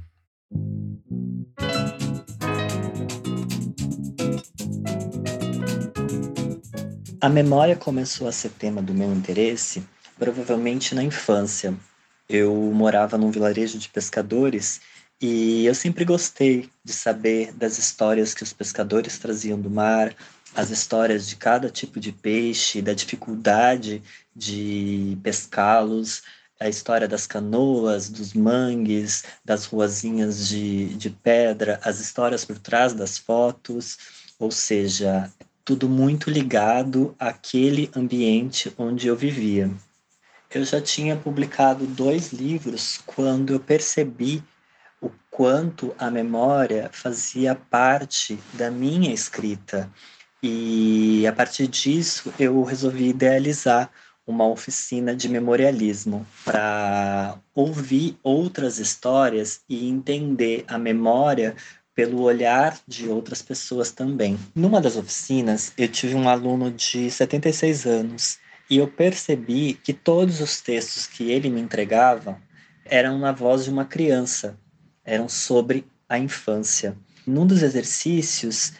A memória começou a ser tema do meu interesse provavelmente na infância. Eu morava num vilarejo de pescadores e eu sempre gostei de saber das histórias que os pescadores traziam do mar, as histórias de cada tipo de peixe, da dificuldade de pescá-los, a história das canoas, dos mangues, das ruazinhas de pedra, as histórias por trás das fotos, ou seja, tudo muito ligado àquele ambiente onde eu vivia. Eu já tinha publicado 2 livros quando eu percebi o quanto a memória fazia parte da minha escrita. E a partir disso eu resolvi idealizar uma oficina de memorialismo para ouvir outras histórias e entender a memória pelo olhar de outras pessoas também. Numa das oficinas, eu tive um aluno de 76 anos e eu percebi que todos os textos que ele me entregava eram na voz de uma criança, eram sobre a infância. Num dos exercícios,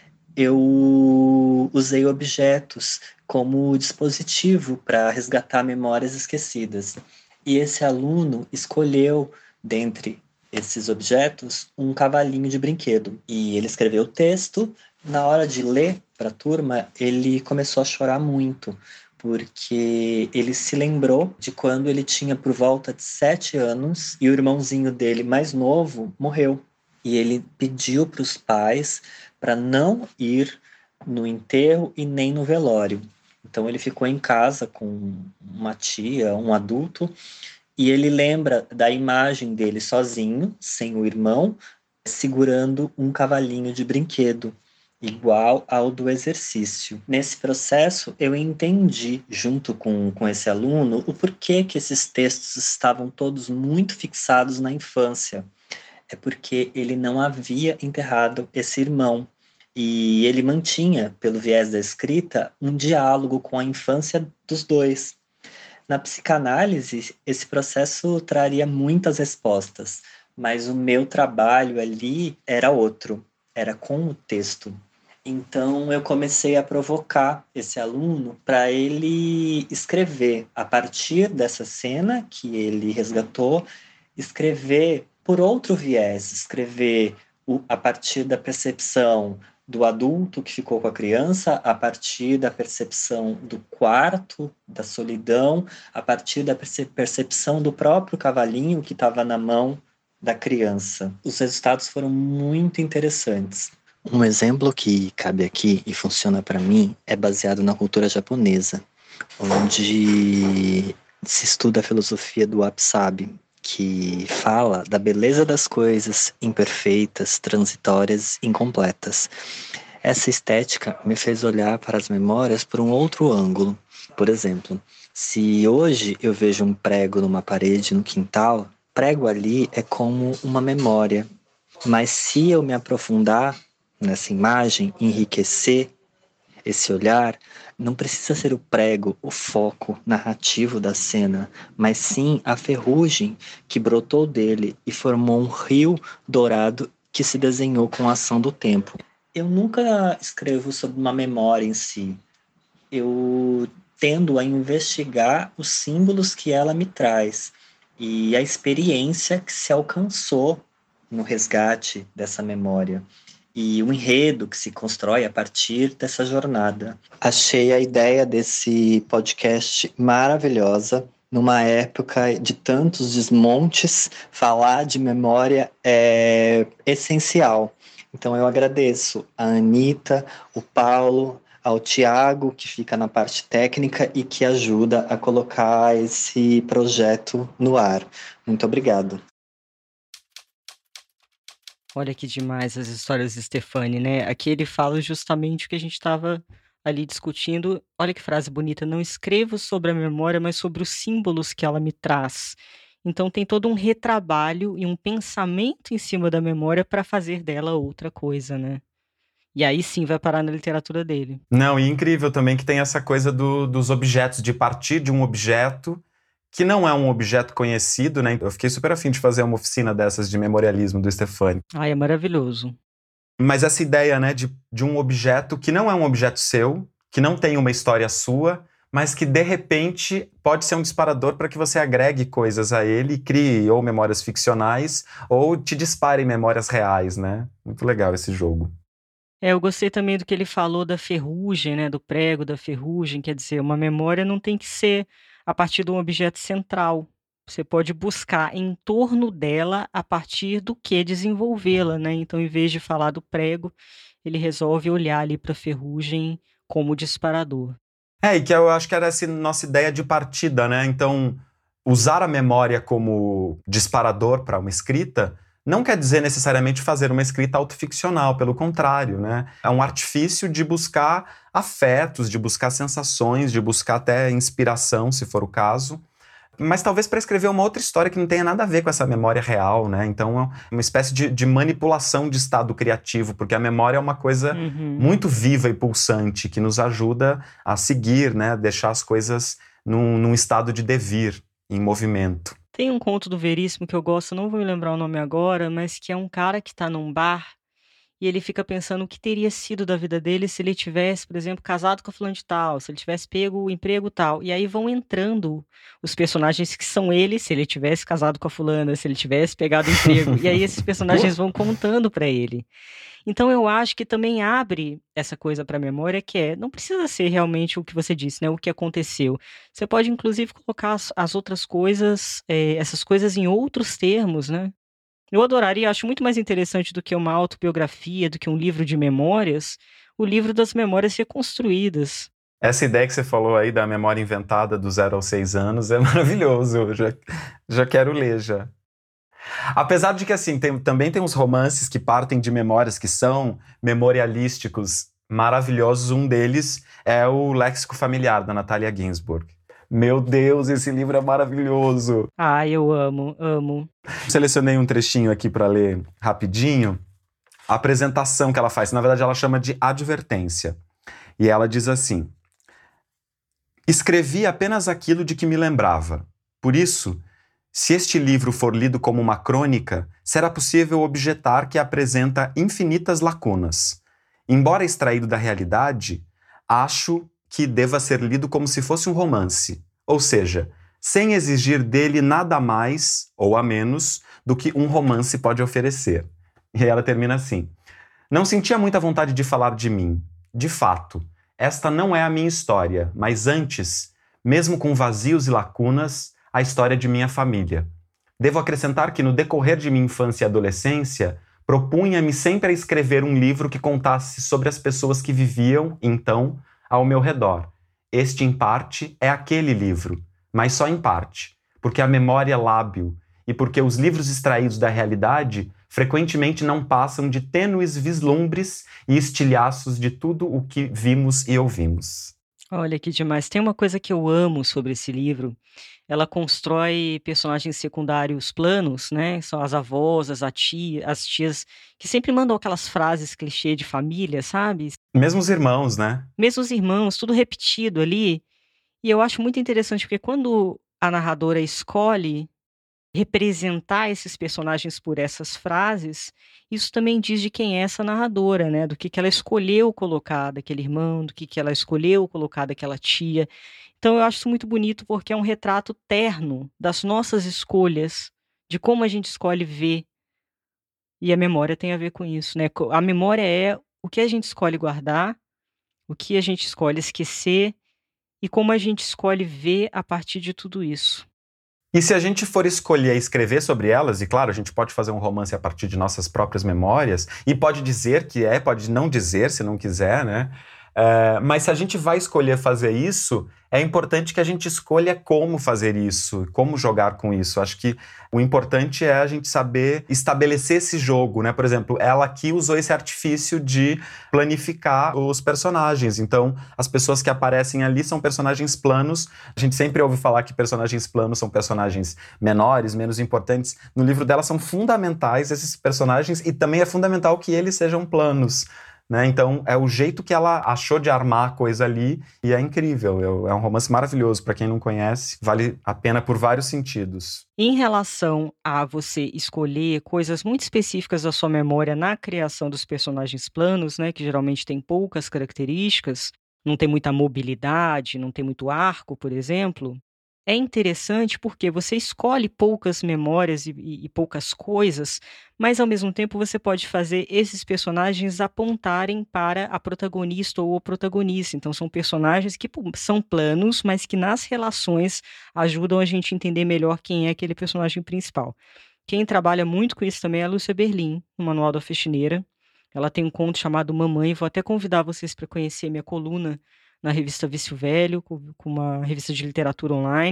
eu usei objetos como dispositivo para resgatar memórias esquecidas. E esse aluno escolheu, dentre esses objetos, um cavalinho de brinquedo. E ele escreveu o texto. Na hora de ler para a turma, ele começou a chorar muito, porque ele se lembrou de quando ele tinha por volta de 7 anos e o irmãozinho dele mais novo morreu. E ele pediu para os pais para não ir no enterro e nem no velório. Então ele ficou em casa com uma tia, um adulto, e ele lembra da imagem dele sozinho, sem o irmão, segurando um cavalinho de brinquedo, igual ao do exercício. Nesse processo, eu entendi, junto com esse aluno, o porquê que esses textos estavam todos muito fixados na infância. É porque ele não havia enterrado esse irmão. E ele mantinha, pelo viés da escrita, um diálogo com a infância dos dois. Na psicanálise, esse processo traria muitas respostas, mas o meu trabalho ali era outro, era com o texto. Então eu comecei a provocar esse aluno para ele escrever, a partir dessa cena que ele resgatou, escrever por outro viés, escrever a partir da percepção do adulto que ficou com a criança, a partir da percepção do quarto, da solidão, a partir da percepção do próprio cavalinho que estava na mão da criança. Os resultados foram muito interessantes. Um exemplo que cabe aqui e funciona para mim é baseado na cultura japonesa, onde se estuda a filosofia do wabi-sabi, que fala da beleza das coisas imperfeitas, transitórias, incompletas. Essa estética me fez olhar para as memórias por um outro ângulo. Por exemplo, se hoje eu vejo um prego numa parede no quintal, prego ali é como uma memória. Mas se eu me aprofundar nessa imagem, enriquecer esse olhar, não precisa ser o prego, o foco narrativo da cena, mas sim a ferrugem que brotou dele e formou um rio dourado que se desenhou com a ação do tempo. Eu nunca escrevo sobre uma memória em si. Eu tendo a investigar os símbolos que ela me traz e a experiência que se alcançou no resgate dessa memória. E o enredo que se constrói a partir dessa jornada. Achei a ideia desse podcast maravilhosa. Numa época de tantos desmontes, falar de memória é essencial. Então eu agradeço a Anitta, o Paulo, ao Tiago, que fica na parte técnica e que ajuda a colocar esse projeto no ar. Muito obrigado. Olha que demais as histórias de Stefani, né? Aqui ele fala justamente o que a gente estava ali discutindo. Olha que frase bonita. Não escrevo sobre a memória, mas sobre os símbolos que ela me traz. Então tem todo um retrabalho e um pensamento em cima da memória para fazer dela outra coisa, né? E aí sim vai parar na literatura dele. Não, e incrível também que tem essa coisa dos objetos, de partir de um objeto que não é um objeto conhecido, né? Eu fiquei super afim de fazer uma oficina dessas de memorialismo do Stefani. Ai, é maravilhoso. Mas essa ideia, né, de um objeto que não é um objeto seu, que não tem uma história sua, mas que, de repente, pode ser um disparador para que você agregue coisas a ele e crie ou memórias ficcionais ou te dispare memórias reais, né? Muito legal esse jogo. Eu gostei também do que ele falou da ferrugem, né, do prego, da ferrugem, quer dizer, uma memória não tem que ser a partir de um objeto central. Você pode buscar em torno dela a partir do que desenvolvê-la, né? Então, em vez de falar do prego, ele resolve olhar ali para a ferrugem como disparador. E que eu acho que era essa nossa ideia de partida, né? Então, usar a memória como disparador para uma escrita não quer dizer necessariamente fazer uma escrita autoficcional, pelo contrário, né? É um artifício de buscar afetos, de buscar sensações, de buscar até inspiração, se for o caso, mas talvez para escrever uma outra história que não tenha nada a ver com essa memória real, né? Então é uma espécie de manipulação de estado criativo, porque a memória é uma coisa muito viva e pulsante, que nos ajuda a seguir, né? Deixar as coisas num estado de devir, em movimento. Tem um conto do Veríssimo que eu gosto, não vou me lembrar o nome agora, mas que é um cara que está num bar e ele fica pensando o que teria sido da vida dele se ele tivesse, por exemplo, casado com a fulana de tal, se ele tivesse pego o emprego tal. E aí vão entrando os personagens que são ele, se ele tivesse casado com a fulana, se ele tivesse pegado o emprego. E aí esses personagens vão contando para ele. Então eu acho que também abre essa coisa para a memória, que não precisa ser realmente o que você disse, né, o que aconteceu. Você pode inclusive colocar as outras coisas, essas coisas em outros termos, né. Eu adoraria, acho muito mais interessante do que uma autobiografia, do que um livro de memórias, o livro das memórias reconstruídas. Essa ideia que você falou aí da memória inventada do 0 aos 6 anos é maravilhoso, eu já quero ler já. Apesar de que, assim, também tem uns romances que partem de memórias que são memorialísticos maravilhosos. Um deles é o Léxico Familiar, da Natalia Ginzburg. Meu Deus, esse livro é maravilhoso! Ah, eu amo, amo. Selecionei um trechinho aqui para ler rapidinho. A apresentação que ela faz, na verdade ela chama de advertência. E ela diz assim: escrevi apenas aquilo de que me lembrava. Por isso, se este livro for lido como uma crônica, será possível objetar que apresenta infinitas lacunas. Embora extraído da realidade, acho que deva ser lido como se fosse um romance, ou seja, sem exigir dele nada a mais ou a menos do que um romance pode oferecer. E aí ela termina assim: não sentia muita vontade de falar de mim. De fato, esta não é a minha história, mas antes, mesmo com vazios e lacunas, a história de minha família. Devo acrescentar que no decorrer de minha infância e adolescência, propunha-me sempre a escrever um livro que contasse sobre as pessoas que viviam, então, ao meu redor. Este, em parte, é aquele livro, mas só em parte, porque a memória é lábil e porque os livros extraídos da realidade frequentemente não passam de tênues vislumbres e estilhaços de tudo o que vimos e ouvimos. Olha que demais. Tem uma coisa que eu amo sobre esse livro, ela constrói personagens secundários planos, né, são as avós, as tias, que sempre mandam aquelas frases clichê de família, sabe? Mesmo os irmãos, né? Mesmo os irmãos, tudo repetido ali. E eu acho muito interessante, porque quando a narradora escolhe representar esses personagens por essas frases, isso também diz de quem é essa narradora, né, do que ela escolheu colocar daquele irmão, do que ela escolheu colocar daquela tia. Então eu acho isso muito bonito, porque é um retrato terno das nossas escolhas, de como a gente escolhe ver, e a memória tem a ver com isso, né. A memória é o que a gente escolhe guardar, o que a gente escolhe esquecer, e como a gente escolhe ver a partir de tudo isso. E se a gente for escolher escrever sobre elas, e claro, a gente pode fazer um romance a partir de nossas próprias memórias, e pode dizer que pode não dizer, se não quiser, né? Mas se a gente vai escolher fazer isso, é importante que a gente escolha como fazer isso, como jogar com isso. Acho que o importante é a gente saber estabelecer esse jogo, né? Por exemplo, ela aqui usou esse artifício de planificar os personagens. Então, as pessoas que aparecem ali são personagens planos. A gente sempre ouve falar que personagens planos são personagens menores, menos importantes. No livro dela são fundamentais esses personagens, e também é fundamental que eles sejam planos, né? Então, é o jeito que ela achou de armar a coisa ali, e é incrível. É um romance maravilhoso. Para quem não conhece, vale a pena por vários sentidos. Em relação a você escolher coisas muito específicas da sua memória na criação dos personagens planos, né, que geralmente tem poucas características, não tem muita mobilidade, não tem muito arco, por exemplo, é interessante porque você escolhe poucas memórias e poucas coisas, mas ao mesmo tempo você pode fazer esses personagens apontarem para a protagonista ou o protagonista. Então são personagens que são planos, mas que nas relações ajudam a gente a entender melhor quem é aquele personagem principal. Quem trabalha muito com isso também é a Lúcia Berlim, no Manual da Faxineira. Ela tem um conto chamado Mamãe, vou até convidar vocês para conhecer minha coluna na revista Vício Velho, com uma revista de literatura online.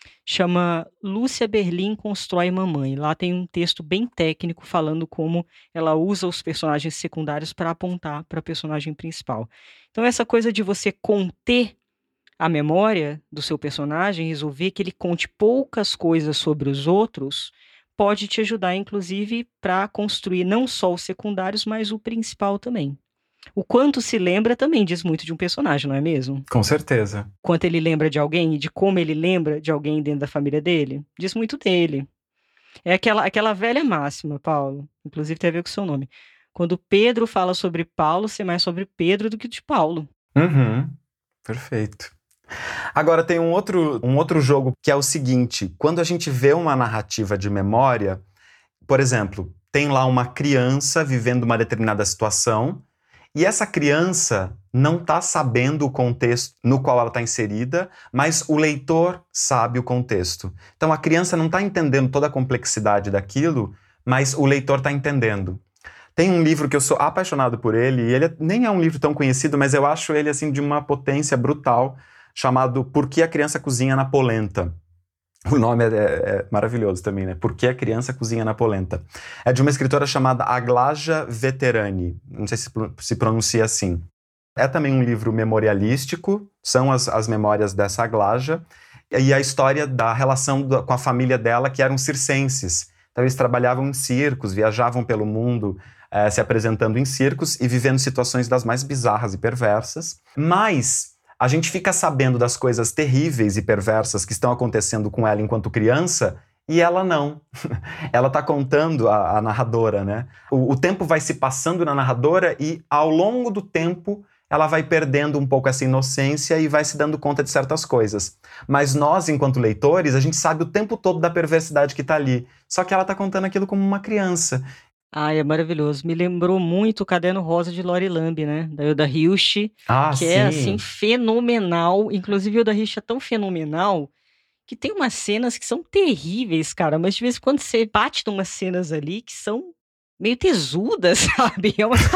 Chama Lúcia Berlim Constrói Mamãe. Lá tem um texto bem técnico falando como ela usa os personagens secundários para apontar para a personagem principal. Então, essa coisa de você conter a memória do seu personagem, resolver que ele conte poucas coisas sobre os outros, pode te ajudar, inclusive, para construir não só os secundários, mas o principal também. O quanto se lembra também diz muito de um personagem, não é mesmo? Com certeza. Quanto ele lembra de alguém e de como ele lembra de alguém dentro da família dele, diz muito dele. É aquela velha máxima, Paulo, inclusive tem a ver com o seu nome. Quando Pedro fala sobre Paulo, ser mais sobre Pedro do que de Paulo. Uhum. Perfeito. Agora tem um outro jogo que é o seguinte: quando a gente vê uma narrativa de memória, por exemplo, tem lá uma criança vivendo uma determinada situação e essa criança não está sabendo o contexto no qual ela está inserida, mas o leitor sabe o contexto. Então a criança não está entendendo toda a complexidade daquilo, mas o leitor está entendendo. Tem um livro que eu sou apaixonado por ele, e ele nem é um livro tão conhecido, mas eu acho ele assim de uma potência brutal, chamado Por que a Criança Cozinha na Polenta. O nome é maravilhoso também, né? Por que a Criança Cozinha na Polenta. É de uma escritora chamada Aglaja Veterani. Não sei se pronuncia assim. É também um livro memorialístico, são as memórias dessa Aglaja, e a história da relação com a família dela, que eram circenses. Então eles trabalhavam em circos, viajavam pelo mundo, se apresentando em circos e vivendo situações das mais bizarras e perversas. Mas a gente fica sabendo das coisas terríveis e perversas que estão acontecendo com ela enquanto criança, e ela não. Ela está contando, a narradora, né? O tempo vai se passando na narradora e, ao longo do tempo, ela vai perdendo um pouco essa inocência e vai se dando conta de certas coisas. Mas nós, enquanto leitores, a gente sabe o tempo todo da perversidade que está ali. Só que ela está contando aquilo como uma criança. Ai, é maravilhoso. Me lembrou muito o Caderno Rosa de Lori Lamb, né? Da Hilda Hilst, que é, assim, fenomenal. Inclusive, a Hilda Hilst é tão fenomenal que tem umas cenas que são terríveis, cara. Mas de vez em quando você bate em umas cenas ali que são meio tesudas, sabe? É uma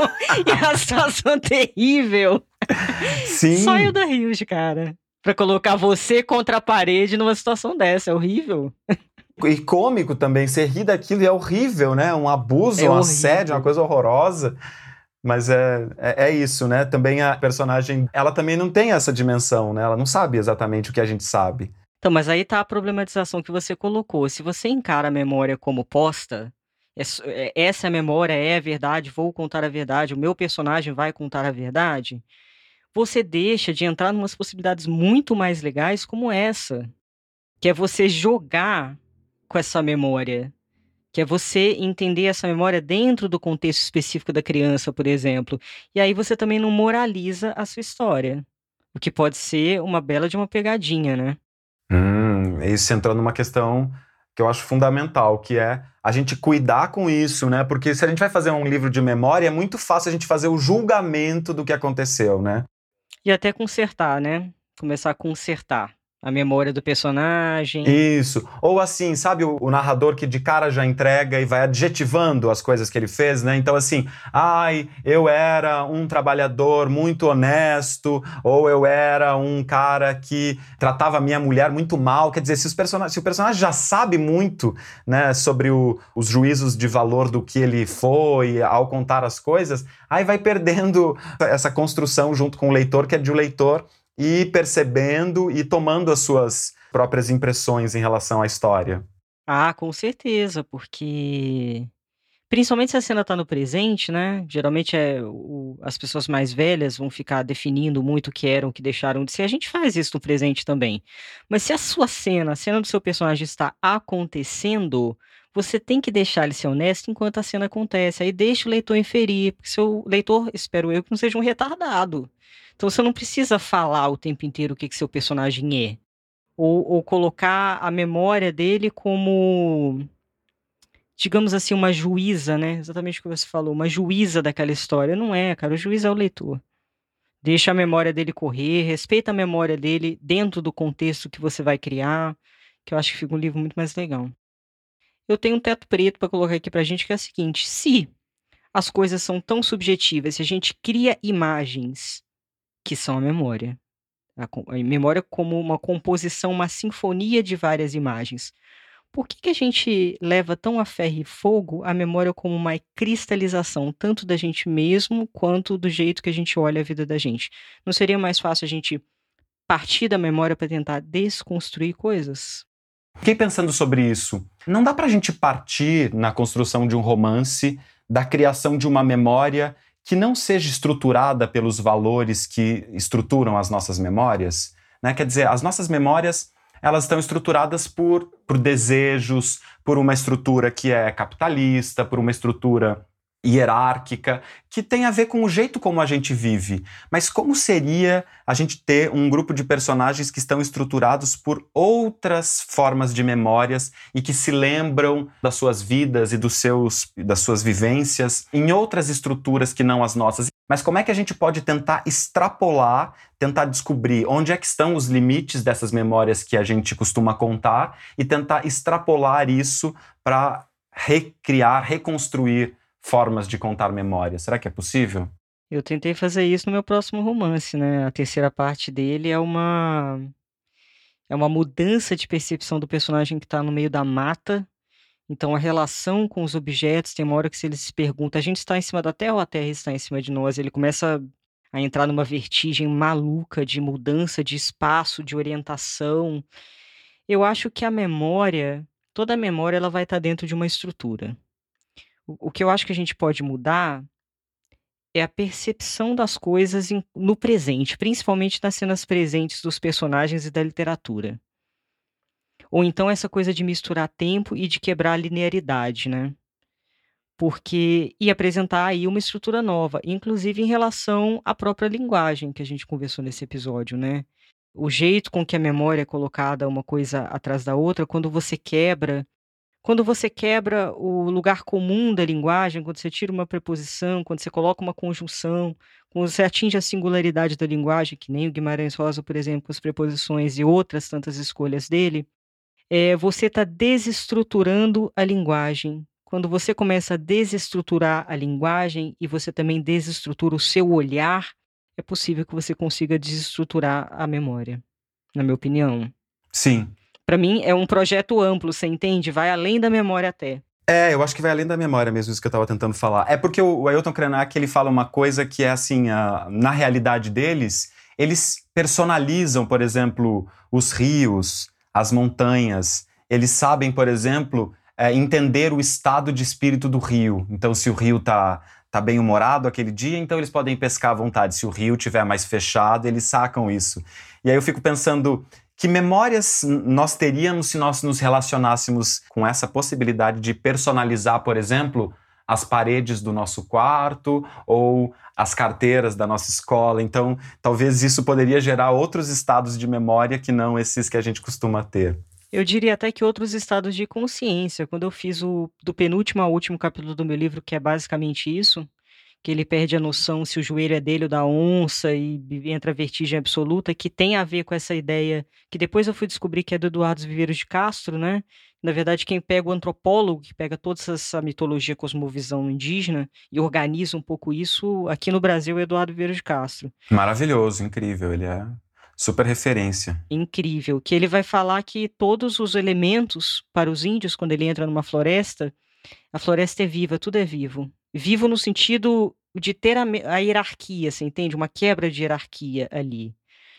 situação terrível. Sim. Só Hilda Hilst, cara. Pra colocar você contra a parede numa situação dessa. É horrível. E cômico também, você ri daquilo e é horrível, né? Um abuso, um assédio, uma coisa horrorosa. Mas é isso, né? Também a personagem, ela também não tem essa dimensão, né? Ela não sabe exatamente o que a gente sabe. Então, mas aí tá a problematização que você colocou. Se você encara a memória como posta, essa memória é a verdade, vou contar a verdade, o meu personagem vai contar a verdade, você deixa de entrar em umas possibilidades muito mais legais como essa, que é você jogar com essa memória, que é você entender essa memória dentro do contexto específico da criança, por exemplo. E aí você também não moraliza a sua história, o que pode ser uma bela de uma pegadinha, né? Isso entrou numa questão que eu acho fundamental, que é a gente cuidar com isso, né? Porque se a gente vai fazer um livro de memória, é muito fácil a gente fazer o julgamento do que aconteceu, né? E até consertar, né? Começar a consertar a memória do personagem. Isso. Ou assim, sabe o narrador que de cara já entrega e vai adjetivando as coisas que ele fez, né? Então assim, eu era um trabalhador muito honesto, ou eu era um cara que tratava a minha mulher muito mal. Quer dizer, se o personagem já sabe muito, né, sobre os juízos de valor do que ele foi ao contar as coisas, aí vai perdendo essa construção junto com o leitor, que é de o leitor e percebendo e tomando as suas próprias impressões em relação à história. Ah, com certeza, porque principalmente se a cena tá no presente, né? Geralmente as pessoas mais velhas vão ficar definindo muito o que eram, o que deixaram de ser. A gente faz isso no presente também. Mas se a sua cena, a cena do seu personagem está acontecendo, você tem que deixar ele ser honesto enquanto a cena acontece. Aí deixa o leitor inferir, porque seu leitor, espero eu, que não seja um retardado. Então você não precisa falar o tempo inteiro o que seu personagem é. Ou colocar a memória dele como, digamos assim, uma juíza, né? Exatamente o que você falou, uma juíza daquela história. Não é, cara, o juiz é o leitor. Deixa a memória dele correr, respeita a memória dele dentro do contexto que você vai criar, que eu acho que fica um livro muito mais legal. Eu tenho um teto preto para colocar aqui pra gente, que é o seguinte: se as coisas são tão subjetivas, se a gente cria imagens que são a memória, A memória como uma composição, uma sinfonia de várias imagens. Por que a gente leva tão a ferro e fogo a memória como uma cristalização, tanto da gente mesmo, quanto do jeito que a gente olha a vida da gente? Não seria mais fácil a gente partir da memória para tentar desconstruir coisas? Fiquei pensando sobre isso. Não dá pra gente partir na construção de um romance da criação de uma memória que não seja estruturada pelos valores que estruturam as nossas memórias, né? Quer dizer, as nossas memórias, elas estão estruturadas por desejos, por uma estrutura que é capitalista, por uma estrutura hierárquica, que tem a ver com o jeito como a gente vive. Mas como seria a gente ter um grupo de personagens que estão estruturados por outras formas de memórias e que se lembram das suas vidas e das suas vivências em outras estruturas que não as nossas? Mas como é que a gente pode tentar extrapolar, tentar descobrir onde é que estão os limites dessas memórias que a gente costuma contar e tentar extrapolar isso para recriar, reconstruir formas de contar memória. Será que é possível? Eu tentei fazer isso no meu próximo romance, né? A terceira parte dele é uma mudança de percepção do personagem que está no meio da mata. Então, a relação com os objetos, tem uma hora que se ele se pergunta, a gente está em cima da Terra ou a Terra está em cima de nós? Ele começa a entrar numa vertigem maluca de mudança de espaço, de orientação. Eu acho que toda a memória, ela vai estar dentro de uma estrutura. O que eu acho que a gente pode mudar é a percepção das coisas no presente, principalmente nas cenas presentes dos personagens e da literatura. Ou então essa coisa de misturar tempo e de quebrar a linearidade, né? E apresentar aí uma estrutura nova, inclusive em relação à própria linguagem que a gente conversou nesse episódio, né? O jeito com que a memória é colocada uma coisa atrás da outra, quando você quebra o lugar comum da linguagem, quando você tira uma preposição, quando você coloca uma conjunção, quando você atinge a singularidade da linguagem, que nem o Guimarães Rosa, por exemplo, com as preposições e outras tantas escolhas dele, você está desestruturando a linguagem. Quando você começa a desestruturar a linguagem e você também desestrutura o seu olhar, é possível que você consiga desestruturar a memória, na minha opinião. Sim. Para mim, é um projeto amplo, você entende? Vai além da memória até. Eu acho que vai além da memória mesmo, isso que eu estava tentando falar. É porque o Ailton Krenak, ele fala uma coisa que é assim, na realidade deles, eles personalizam, por exemplo, os rios, as montanhas. Eles sabem, por exemplo, entender o estado de espírito do rio. Então, se o rio tá bem-humorado aquele dia, então eles podem pescar à vontade. Se o rio estiver mais fechado, eles sacam isso. E aí eu fico pensando, que memórias nós teríamos se nós nos relacionássemos com essa possibilidade de personalizar, por exemplo, as paredes do nosso quarto ou as carteiras da nossa escola? Então, talvez isso poderia gerar outros estados de memória que não esses que a gente costuma ter. Eu diria até que outros estados de consciência. Quando eu fiz do penúltimo ao último capítulo do meu livro, que é basicamente isso, que ele perde a noção se o joelho é dele ou da onça e entra a vertigem absoluta, que tem a ver com essa ideia, que depois eu fui descobrir que é do Eduardo Viveiros de Castro, né? Na verdade, quem pega o antropólogo, que pega toda essa mitologia, cosmovisão indígena e organiza um pouco isso, aqui no Brasil, é Eduardo Viveiros de Castro. Maravilhoso, incrível, ele é super referência. Incrível, que ele vai falar que todos os elementos para os índios, quando ele entra numa floresta, a floresta é viva, tudo é vivo. Vivo no sentido de ter a hierarquia, você entende? Uma quebra de hierarquia ali.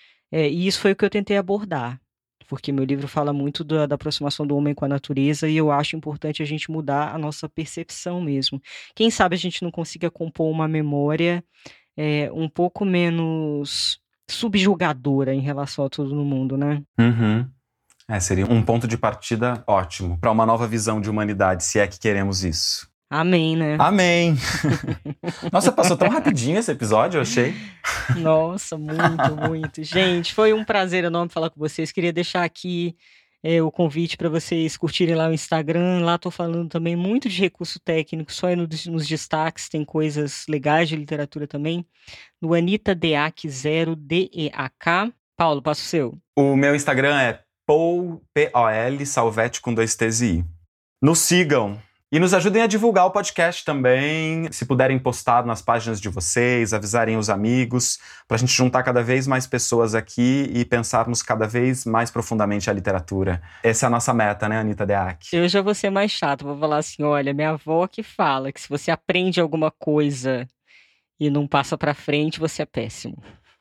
E isso foi o que eu tentei abordar, porque meu livro fala muito da aproximação do homem com a natureza e eu acho importante a gente mudar a nossa percepção mesmo. Quem sabe a gente não consiga compor uma memória um pouco menos subjugadora em relação a tudo no mundo, né? Uhum. Seria um ponto de partida ótimo para uma nova visão de humanidade, se é que queremos isso. Amém, né? Amém! Nossa, passou tão rapidinho esse episódio, eu achei. Nossa, muito, muito. Gente, foi um prazer enorme falar com vocês. Queria deixar aqui o convite para vocês curtirem lá o Instagram. Lá estou falando também muito de recurso técnico, só aí nos destaques tem coisas legais de literatura também. No Anita Deak 0 DEAK. Paulo, passa o seu. O meu Instagram é Paul, P-O-L, Salvete com 2 T's e I. Nos sigam. E nos ajudem a divulgar o podcast também, se puderem postar nas páginas de vocês, avisarem os amigos, para a gente juntar cada vez mais pessoas aqui e pensarmos cada vez mais profundamente a literatura. Essa é a nossa meta, né, Anita Deac? Eu já vou ser mais chato, vou falar assim, olha, minha avó que fala que se você aprende alguma coisa e não passa pra frente, você é péssimo.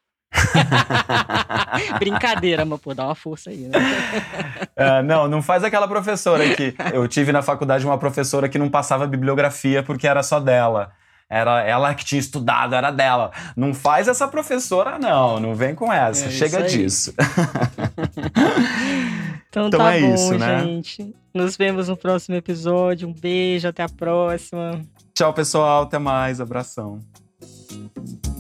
Brincadeira, mas pô, dá uma força aí, né? Não faz aquela professora que... Eu tive na faculdade uma professora que não passava bibliografia porque era só dela. Era ela que tinha estudado, era dela. Não faz essa professora, não vem com essa, chega disso. Então tá é bom, isso, né? gente. Nos vemos no próximo episódio. Um beijo, até a próxima. Tchau, pessoal, até mais, abração.